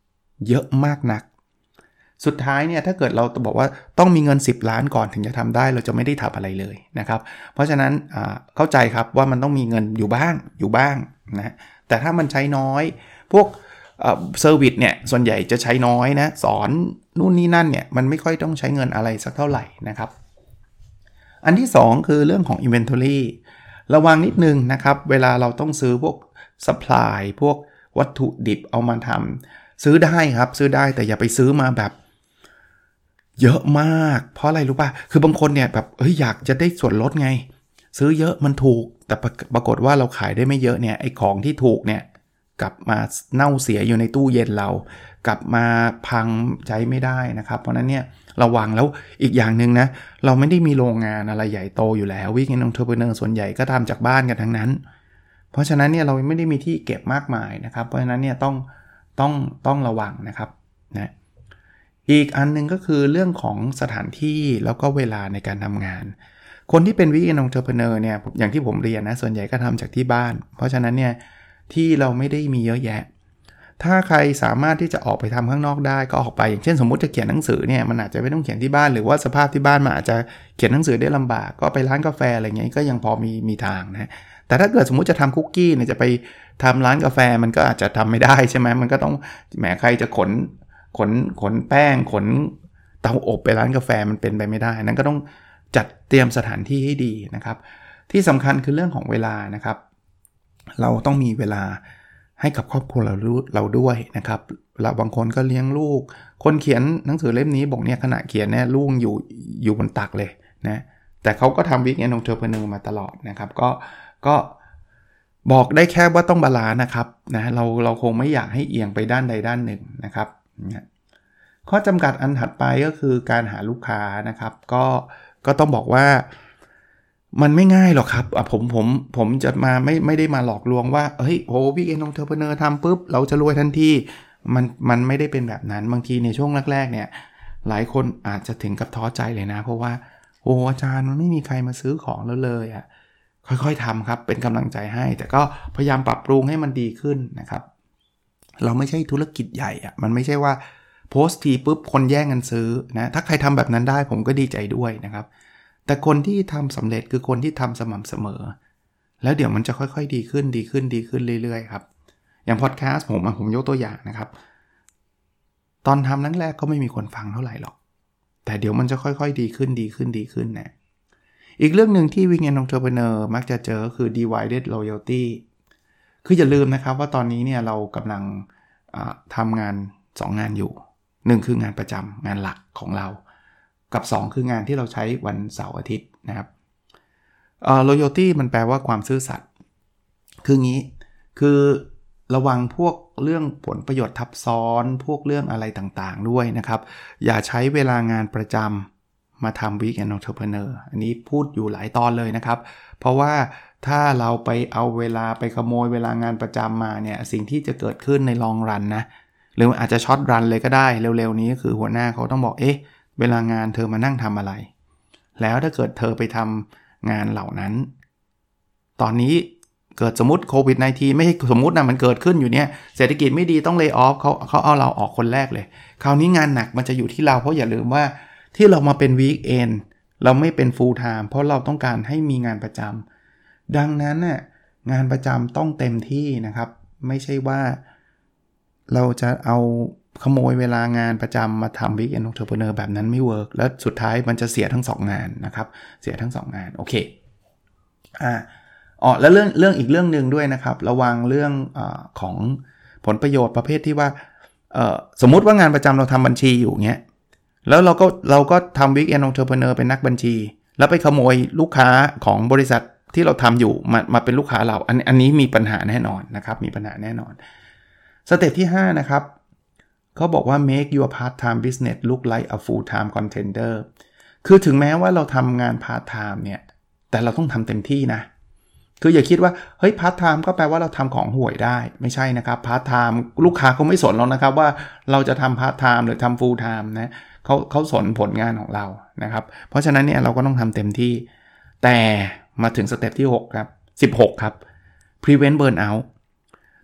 เยอะมากนักสุดท้ายเนี่ยถ้าเกิดเราบอกว่าต้องมีเงินสิบล้านก่อนถึงจะทำได้เราจะไม่ได้ทำอะไรเลยนะครับเพราะฉะนั้นเข้าใจครับว่ามันต้องมีเงินอยู่บ้างอยู่บ้างนะแต่ถ้ามันใช้น้อยพวกเซอร์วิสเนี่ยส่วนใหญ่จะใช้น้อยนะสอนนู่นนี่นั่นเนี่ยมันไม่ค่อยต้องใช้เงินอะไรสักเท่าไหร่นะครับอันที่สองคือเรื่องของ inventory ระวังนิดนึงนะครับเวลาเราต้องซื้อพวก supply พวกวัตถุดิบเอามาทำซื้อได้ครับซื้อได้แต่อย่าไปซื้อมาแบบเยอะมากเพราะอะไรรู้ป่ะคือบางคนเนี่ยแบบเฮ้ยอยากจะได้ส่วนลดไงซื้อเยอะมันถูกแต่ปรากฏว่าเราขายได้ไม่เยอะเนี่ยไอ้ของที่ถูกเนี่ยกลับมาเน่าเสียอยู่ในตู้เย็นเรากลับมาพังใช้ไม่ได้นะครับเพราะนั้นเนี่ยระวังแล้วอีกอย่างนึงนะเราไม่ได้มีโรงงานอะไรใหญ่โตอยู่แล้ววิกเอนองเทอร์เพเนอร์ส่วนใหญ่ก็ทำจากบ้านกันทั้งนั้นเพราะฉะนั้นเนี่ยเราไม่ได้มีที่เก็บมากมายนะครับเพราะฉะนั้นเนี่ยต้องต้องต้องระวังนะครับนะอีกอันนึงก็คือเรื่องของสถานที่แล้วก็เวลาในการทำงานคนที่เป็นวิกเอนองเทอร์เพเนอร์เนี่ยอย่างที่ผมเรียนนะส่วนใหญ่ก็ทำจากที่บ้านเพราะฉะนั้นเนี่ยที่เราไม่ได้มีเยอะแยะถ้าใครสามารถที่จะออกไปทำข้างนอกได้ก็ออกไปอย่างเช่นสมมุติจะเขียนหนังสือเนี่ยมันอาจจะไม่ต้องเขียนที่บ้านหรือว่าสภาพที่บ้านมันอาจจะเขียนหนังสือได้ลำบากก็ไปร้านกาแฟอะไรเงี้ยก็ยังพอมีมีทางนะแต่ถ้าเกิดสมมุติจะทำคุกกี้เนี่ยจะไปทำร้านกาแฟมันก็อาจจะทำไม่ได้ใช่ไหมมันก็ต้องแหมใครจะขนขนขนแป้งขนเตาอบไปร้านกาแฟมันเป็นไปไม่ได้นั้นก็ต้องจัดเตรียมสถานที่ให้ดีนะครับที่สำคัญคือเรื่องของเวลานะครับเราต้องมีเวลาให้กับครอบครัวเราเราด้วยนะครับเราบางคนก็เลี้ยงลูกคนเขียนหนังสือเล่มนี้บอกเนี่ยขณะเขียนเนี่ยลูกอยู่อยู่บนตักเลยนะแต่เขาก็ทำวิกเอนองเทอร์เพเนอร์มาตลอดนะครับก็ก็บอกได้แค่ว่าต้องบาลานซ์นะครับนะเราเราคงไม่อยากให้เอียงไปด้านใดด้านหนึ่งนะครับนะข้อจำกัดอันถัดไปก็คือการหาลูกค้านะครับก็ก็ต้องบอกว่ามันไม่ง่ายหรอกครับผมผมผมจะมาไม่ไม่ได้มาหลอกลวงว่าเฮ้ยโหวิกเอนองเทอร์เพเนอร์ทำปุ๊บเราจะรวยทันทีมันมันไม่ได้เป็นแบบนั้นบางทีในช่วงแรกๆเนี่ยหลายคนอาจจะถึงกับท้อใจเลยนะเพราะว่าโอ้อาจารย์มันไม่มีใครมาซื้อของแล้วเลยอ่ะค่อยๆทำครับเป็นกำลังใจให้แต่ก็พยายามปรับปรุงให้มันดีขึ้นนะครับเราไม่ใช่ธุรกิจใหญ่อ่ะมันไม่ใช่ว่าโพสต์ทีปุ๊บคนแย่งกันซื้อนะถ้าใครทำแบบนั้นได้ผมก็ดีใจด้วยนะครับแต่คนที่ทำสำเร็จคือคนที่ทำสม่ำเสมอแล้วเดี๋ยวมันจะค่อยๆดีขึ้นดีขึ้นดีขึ้นเรื่อยๆครับอย่างพอดแคสต์ผมผมยกตัวอย่างนะครับตอนทำแรกๆก็ไม่มีคนฟังเท่าไหร่หรอกแต่เดี๋ยวมันจะค่อยๆดีขึ้นดีขึ้นดีขึ้นนะอีกเรื่องนึงที่วิกเอนองเทอร์เพเนอร์มักจะเจอคือ divided loyalty คืออย่าลืมนะครับว่าตอนนี้เนี่ยเรากำลังทำงานสองงานอยู่หนึ่งคืองานประจำงานหลักของเรากับสองคืองานที่เราใช้วันเสาร์อาทิตย์นะครับเอ่อ loyalty มันแปลว่าความซื่อสัตย์คืองี้คือระวังพวกเรื่องผลประโยชน์ทับซ้อนพวกเรื่องอะไรต่างๆด้วยนะครับอย่าใช้เวลางานประจำมาทำ Weekend Entrepreneur อันนี้พูดอยู่หลายตอนเลยนะครับเพราะว่าถ้าเราไปเอาเวลาไปขโมยเวลางานประจำมาเนี่ยสิ่งที่จะเกิดขึ้นในลองรันนะหรืออาจจะช็อตรันเลยก็ได้เร็วๆนี้คือหัวหน้าเขาต้องบอกเอ๊ะเวลางานเธอมานั่งทำอะไรแล้วถ้าเกิดเธอไปทำงานเหล่านั้นตอนนี้เกิดสมมติโควิด สิบเก้า ไม่ใช่สมมตินะมันเกิดขึ้นอยู่เนี่ยเศรษฐกิจไม่ดีต้องเลย์ออฟเขาเขาเอาเราออกคนแรกเลยคราวนี้งานหนักมันจะอยู่ที่เราเพราะอย่าลืมว่าที่เรามาเป็นวีคเอนด์เราไม่เป็นฟูลไทม์เพราะเราต้องการให้มีงานประจำดังนั้นน่ะงานประจำต้องเต็มที่นะครับไม่ใช่ว่าเราจะเอาขโมยเวลางานประจำมาทำ Weekend Entrepreneur แบบนั้นไม่เวิร์กแล้วสุดท้ายมันจะเสียทั้งสองงานนะครับเสียทั้งสองงานโอเคอ่าอ๋อแล้วเรื่องเรื่องอีกเรื่องนึงด้วยนะครับระวังเรื่องเอ่อของผลประโยชน์ประเภทที่ว่าเอ่อสมมุติว่างานประจำเราทำบัญชีอยู่เงี้ยแล้วเราก็เราก็ทำ Weekend Entrepreneur เป็นนักบัญชีแล้วไปขโมยลูกค้าของบริษัทที่เราทำอยู่มามาเป็นลูกค้าเราอันอันนี้มีปัญหาแน่นอนนะครับมีปัญหาแน่นอนสเต็ปที่ห้านะครับเขาบอกว่า make your part time business look like a full time contender คือถึงแม้ว่าเราทำงาน part time เนี่ยแต่เราต้องทำเต็มที่นะคืออย่าคิดว่าเฮ้ย part time ก็แปลว่าเราทำของห่วยได้ไม่ใช่นะครับ part time ลูกค้าเขาไม่สนหรอกนะครับว่าเราจะทำ part time หรือทำ full time นะเขาเขาสนผลงานของเรานะครับเพราะฉะนั้นเนี่ยเราก็ต้องทำเต็มที่แต่มาถึงสเต็ปที่หกครับสิบหกครับ prevent burnout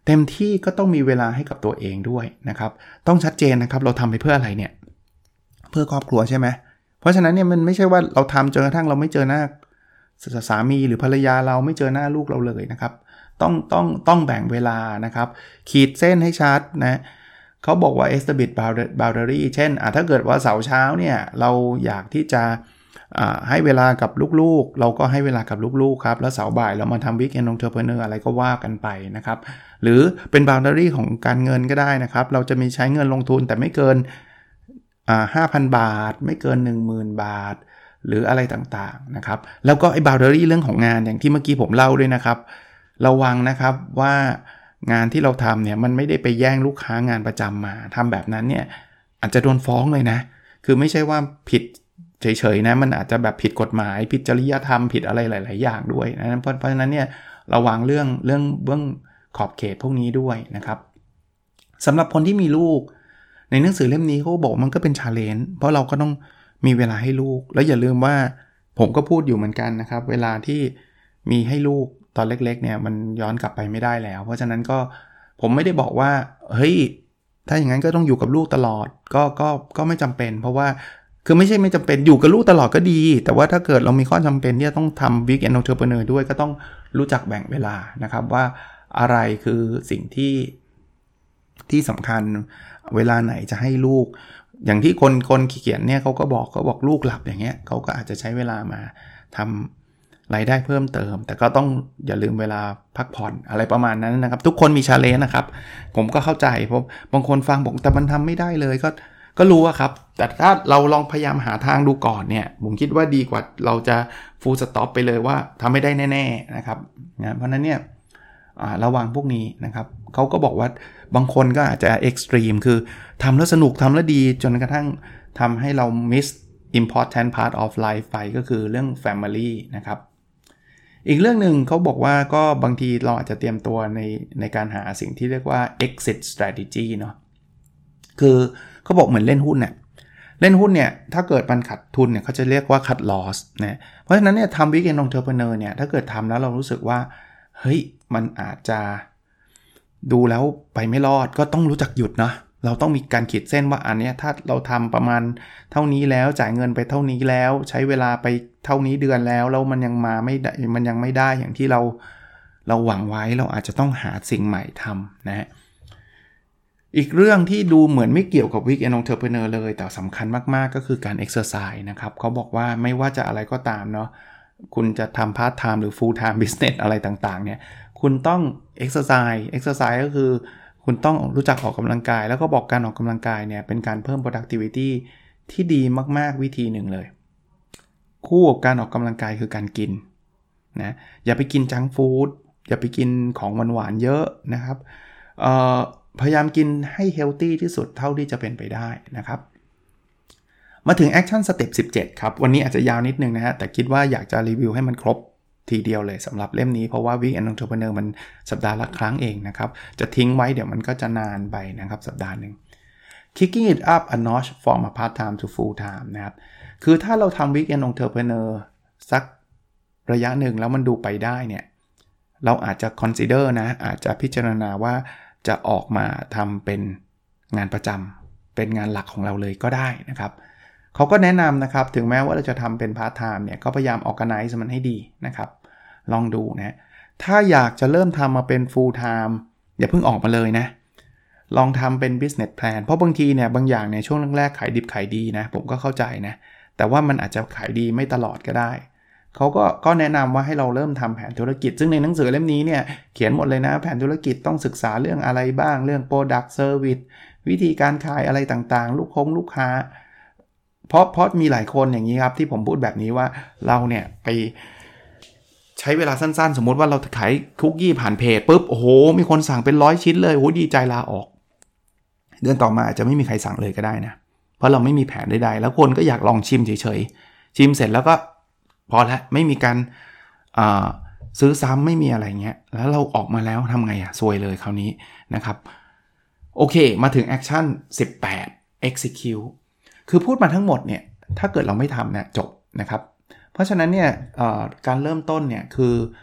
เต็มที่ก็ต้องมีเวลาให้กับตัวเองด้วยนะครับต้องชัดเจนนะครับเราทำไปเพื่ออะไรเนี่ยเพื่อครอบครัวใช่ไหมเพราะฉะนั้นเนี่ยมันไม่ใช่ว่าเราทำจนกระทั่งเราไม่เจอหน้าสามีหรือภรรยาเราไม่เจอหน้าลูกเราเลยนะครับต้องต้องต้องแบ่งเวลานะครับขีดเส้นให้ชัดนะเขาบอกว่า establish boundary เช่นถ้าเกิดว่าเสาร์เช้าเนี่ยเราอยากที่จะให้เวลากับลูกๆเราก็ให้เวลากับลูกๆครับแล้วเสาร์บ่ายเรามาทำ weekend entrepreneur อะไรก็ว่ากันไปนะครับหรือเป็น boundary ของการเงินก็ได้นะครับเราจะมีใช้เงินลงทุนแต่ไม่เกินห้าพัน บาทไม่เกิน หนึ่งหมื่น บาทหรืออะไรต่างๆนะครับแล้วก็ไอ้ boundary เรื่องของงานอย่างที่เมื่อกี้ผมเล่าด้วยนะครับระวังนะครับว่างานที่เราทำเนี่ยมันไม่ได้ไปแย่งลูกค้างานประจำมาทำแบบนั้นเนี่ยอาจจะโดนฟ้องเลยนะคือไม่ใช่ว่าผิดเฉยๆนะมันอาจจะแบบผิดกฎหมายผิดจริยธรรมผิดอะไรหลายๆอย่างด้วยนะเพราะเพราะฉะนั้นเนี่ยระวังเรื่องเรื่องเบื้องขอบเขตพวกนี้ด้วยนะครับสำหรับคนที่มีลูกในหนังสือเล่มนี้เขาบอกมันก็เป็น challenge เพราะเราก็ต้องมีเวลาให้ลูกแล้วอย่าลืมว่าผมก็พูดอยู่เหมือนกันนะครับเวลาที่มีให้ลูกตอนเล็กๆเนี่ยมันย้อนกลับไปไม่ได้แล้วเพราะฉะนั้นก็ผมไม่ได้บอกว่าเฮ้ยถ้าอย่างนั้นก็ต้องอยู่กับลูกตลอดก็ก็ก็ไม่จำเป็นเพราะว่าคือไม่ใช่ไม่จำเป็นอยู่กับลูกตลอดก็ดีแต่ว่าถ้าเกิดเรามีข้อจำเป็นที่จะต้องทำ weekend entrepreneur ด้วยก็ต้องรู้จักแบ่งเวลานะครับว่าอะไรคือสิ่งที่ที่สำคัญเวลาไหนจะให้ลูกอย่างที่คนคนเขียนเนี่ยเขาก็บอกเขาบอกลูกหลับอย่างเงี้ยเขาก็อาจจะใช้เวลามาทำรายได้เพิ่มเติมแต่ก็ต้องอย่าลืมเวลาพักผ่อนอะไรประมาณนั้นนะครับทุกคนมี challenge นะครับผมก็เข้าใจเพราะบางคนฟังบอกแต่มันทำไม่ได้เลยก็ก็รู้อะครับแต่ถ้าเราลองพยายามหาทางดูก่อนเนี่ยผมคิดว่าดีกว่าเราจะ full stop ไปเลยว่าทำไม่ได้แน่ๆนะครับนะเพราะนั้นเนี่ยระวังพวกนี้นะครับเขาก็บอกว่าบางคนก็อาจจะ extreme คือทำแล้วสนุกทำแล้วดีจนกระทั่งทำให้เรา miss important part of life ไปก็คือเรื่อง family นะครับอีกเรื่องหนึ่งเขาบอกว่าก็บางทีเราอาจจะเตรียมตัวในในการหาสิ่งที่เรียกว่า exit strategy เนาะคือเขาบอกเหมือนเล่นหุ้นเนี่ยเล่นหุ้นเนี่ยถ้าเกิดมันขาดทุนเนี่ยเขาจะเรียกว่า cut loss นะเพราะฉะนั้นเนี่ยทำ weekend entrepreneur เนี่ยถ้าเกิดทำแล้วเรารู้สึกว่าเฮ้ยมันอาจจะดูแล้วไปไม่รอดก็ต้องรู้จักหยุดนะเราต้องมีการขีดเส้นว่าอันเนี้ยถ้าเราทำประมาณเท่านี้แล้วจ่ายเงินไปเท่านี้แล้วใช้เวลาไปเท่านี้เดือนแล้วแล้วมันยังมาไม่ได้มันยังไม่ได้อย่างที่เราเราหวังไว้เราอาจจะต้องหาสิ่งใหม่ทำนะฮะอีกเรื่องที่ดูเหมือนไม่เกี่ยวกับ weekend entrepreneur เลยแต่สำคัญมากๆก็คือการ exercise นะครับเขาบอกว่าไม่ว่าจะอะไรก็ตามเนาะคุณจะทำ part time หรือ full time business อะไรต่างๆเนี่ยคุณต้อง exercise exercise ก็คือคุณต้องรู้จักออกกำลังกายแล้วก็บอกการออกกำลังกายเนี่ยเป็นการเพิ่ม productivity ที่ดีมากๆวิธีหนึ่งเลยคู่กับการออกกำลังกายคือการกินนะอย่าไปกินจังก์ฟู้ดอย่าไปกินของหวานๆเยอะนะครับเอ่อพยายามกินให้เฮลตี้ที่สุดเท่าที่จะเป็นไปได้นะครับมาถึง Action Step สิบเจ็ดครับวันนี้อาจจะยาวนิดนึงนะฮะแต่คิดว่าอยากจะรีวิวให้มันครบทีเดียวเลยสำหรับเล่มนี้เพราะว่า Weekend Entrepreneur มันสัปดาห์ละครั้งเองนะครับจะทิ้งไว้เดี๋ยวมันก็จะนานไปนะครับสัปดาห์นึง Kicking it up a notch from a part time to full time นะครับคือถ้าเราทำ Weekend Entrepreneur สักระยะหนึ่งแล้วมันดูไปได้เนี่ยเราอาจจะ consider นะอาจจะพิจารณาว่าจะออกมาทำเป็นงานประจำเป็นงานหลักของเราเลยก็ได้นะครับเขาก็แนะนำนะครับถึงแม้ว่าเราจะทำเป็นพาร์ทไทม์เนี่ยก็พยายาม organize มันให้ดีนะครับลองดูนะถ้าอยากจะเริ่มทำมาเป็น full time อย่าเพิ่งออกมาเลยนะลองทำเป็น business plan เพราะบางทีเนี่ยบางอย่างในช่วงแรกๆขายดิบขายดีนะผมก็เข้าใจนะแต่ว่ามันอาจจะขายดีไม่ตลอดก็ได้เขาก็ก็แนะนำว่าให้เราเริ่มทำแผนธุรกิจซึ่งในหนังสือเล่มนี้เนี่ยเขียนหมดเลยนะแผนธุรกิจต้องศึกษาเรื่องอะไรบ้างเรื่อง product service วิธีการขายอะไรต่างๆลูกค้าลูกค้าเพราะเพราะมีหลายคนอย่างนี้ครับที่ผมพูดแบบนี้ว่าเราเนี่ยไปใช้เวลาสั้นๆสมมติว่าเราขายคุกกี้ผ่านเพจปุ๊บโอ้โหมีคนสั่งเป็นร้อยชิ้นเลยโอ้ดีใจลาออกเดือนต่อมาอาจจะไม่มีใครสั่งเลยก็ได้นะเพราะเราไม่มีแผนใดๆแล้วคนก็อยากลองชิมเฉยๆชิมเสร็จแล้วก็พอแล้วไม่มีการซื้อซ้ำไม่มีอะไรเงี้ยแล้วเราออกมาแล้วทำไงอะซวยเลยคราวนี้นะครับโอเคมาถึง Action สิบแปด Execute คือพูดมาทั้งหมดเนี่ยถ้าเกิดเราไม่ทำเนี่ยจบนะครับเพราะฉะนั้นเนี่ยการเริ่มต้นเนี่ยคือ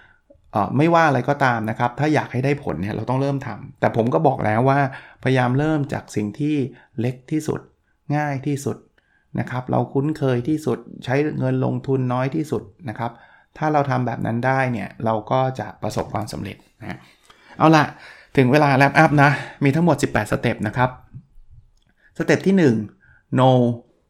เอ่อไม่ว่าอะไรก็ตามนะครับถ้าอยากให้ได้ผลเนี่ยเราต้องเริ่มทำแต่ผมก็บอกแล้วว่าพยายามเริ่มจากสิ่งที่เล็กที่สุดง่ายที่สุดนะครับเราคุ้นเคยที่สุดใช้เงินลงทุนน้อยที่สุดนะครับถ้าเราทำแบบนั้นได้เนี่ยเราก็จะประสบความสำเร็จนะเอาล่ะถึงเวลาแรปอัพนะมีทั้งหมดสิบแปดสเต็ปนะครับสเต็ปที่หนึ่ง know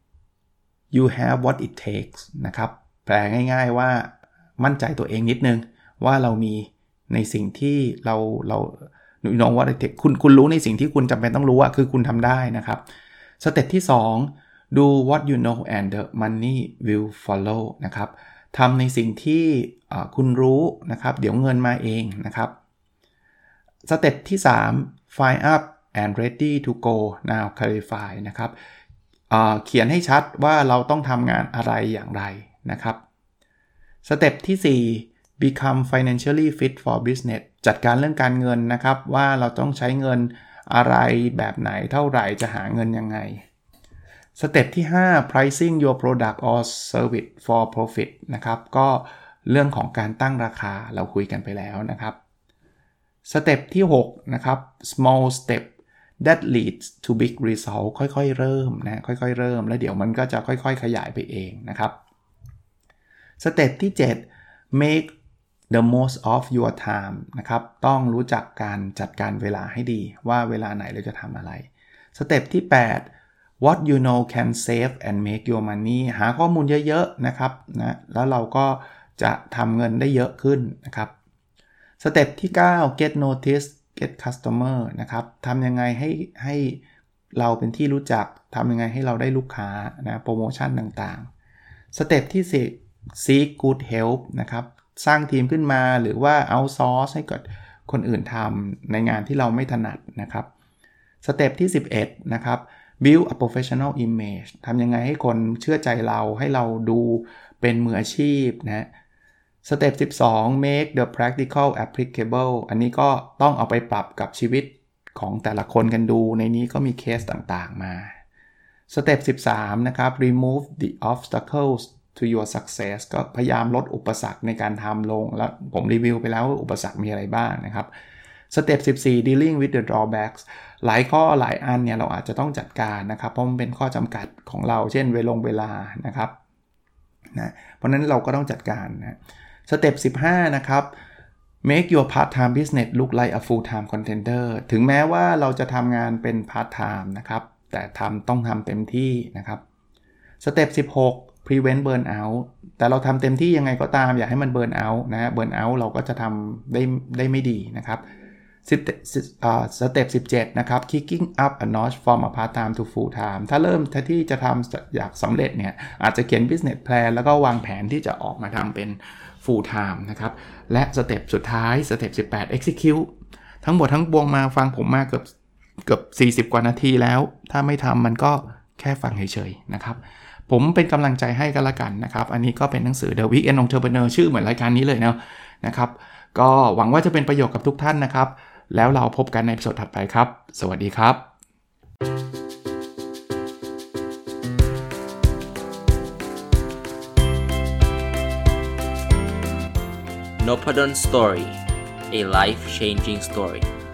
you have what it takes นะครับแปลง่ายๆว่ามั่นใจตัวเองนิดนึงว่าเรามีในสิ่งที่เราเราyou know what it takes คุณคุณรู้ในสิ่งที่คุณจำเป็นต้องรู้อะคือคุณทำได้นะครับสเต็ปที่สอง do what you know and the money will follow นะครับทำในสิ่งที่คุณรู้นะครับเดี๋ยวเงินมาเองนะครับสเต็ปที่สาม find up and ready to go now clarify นะครับเอ่อเขียนให้ชัดว่าเราต้องทำงานอะไรอย่างไรนะครับสเต็ปที่สี่ become financially fit for business จัดการเรื่องการเงินนะครับว่าเราต้องใช้เงินอะไรแบบไหนเท่าไหร่จะหาเงินยังไงสเต็ปที่ห้า pricing your product or service for profit นะครับก็เรื่องของการตั้งราคาเราคุยกันไปแล้วนะครับสเต็ปที่หกนะครับ small step that leads to big result ค่อยๆเริ่มนะค่อยๆเริ่มแล้วเดี๋ยวมันก็จะค่อยๆขยายไปเองนะครับสเต็ปที่เจ็ด make the most of your time นะครับต้องรู้จักการจัดการเวลาให้ดีว่าเวลาไหนเราจะทำอะไรสเต็ปที่แปด what you know can save and make your money หาข้อมูลเยอะๆนะครับนะแล้วเราก็จะทำเงินได้เยอะขึ้นนะครับสเต็ปที่เก้า get notice get customer นะครับทำยังไงให้ให้เราเป็นที่รู้จักทำยังไงให้เราได้ลูกค้านะโปรโมชั่นต่างๆสเต็ปที่สิบ seek good help นะครับสร้างทีมขึ้นมาหรือว่า outsource ให้กับคนอื่นทำในงานที่เราไม่ถนัดนะครับสเต็ปที่สิบเอ็ดนะครับ build a professional image ทำยังไงให้คนเชื่อใจเราให้เราดูเป็นมืออาชีพนะสเต็ปสิบสอง make the practical applicable อันนี้ก็ต้องเอาไปปรับกับชีวิตของแต่ละคนกันดูในนี้ก็มีเคสต่างๆมาสเต็ปสิบสามนะครับ remove the obstacles to your success ก็พยายามลดอุปสรรคในการทำลงแล้วผมรีวิวไปแล้วว่าอุปสรรคมีอะไรบ้างนะครับสเต็ปสิบสี่ dealing with the drawbacks หลายข้อหลายอันเนี่ยเราอาจจะต้องจัดการนะครับเพราะมันเป็นข้อจำกัดของเราเช่นเวลาเวลานะครับนะเพราะนั้นเราก็ต้องจัดการนะสเต็ปสิบห้านะครับ make your part time business look like a full time contender ถึงแม้ว่าเราจะทำงานเป็น part time นะครับแต่ทำต้องทำเต็มที่นะครับสเต็ปสิบหก prevent burn out แต่เราทำเต็มที่ยังไงก็ตามอย่าให้มัน burn out นะ burn out เราก็จะทำได้ได้ไม่ดีนะครับสเต็ปสิบเจ็ดนะครับ kicking up a notch from a part time to full time ถ้าเริ่มที่จะทำอยากสำเร็จเนี่ยอาจจะเขียน business plan แล้วก็วางแผนที่จะออกมาทำเป็น full time นะครับและสเต็ปสุดท้ายสเต็ปสิบแปด execute ทั้งหมดทั้งปวงมาฟังผมมาเกือบเกือบสี่สิบกว่านาทีแล้วถ้าไม่ทำมันก็แค่ฟังเฉยๆนะครับผมเป็นกำลังใจให้กันละกันนะครับอันนี้ก็เป็นหนังสือ The Weekend Entrepreneur ชื่อเหมือนรายการนี้เลยเนาะนะครับก็หวังว่าจะเป็นประโยชน์กับทุกท่านนะครับแล้วเราพบกันในตอนถัดไปครับสวัสดีครับ Nopadon Story, a life-changing story.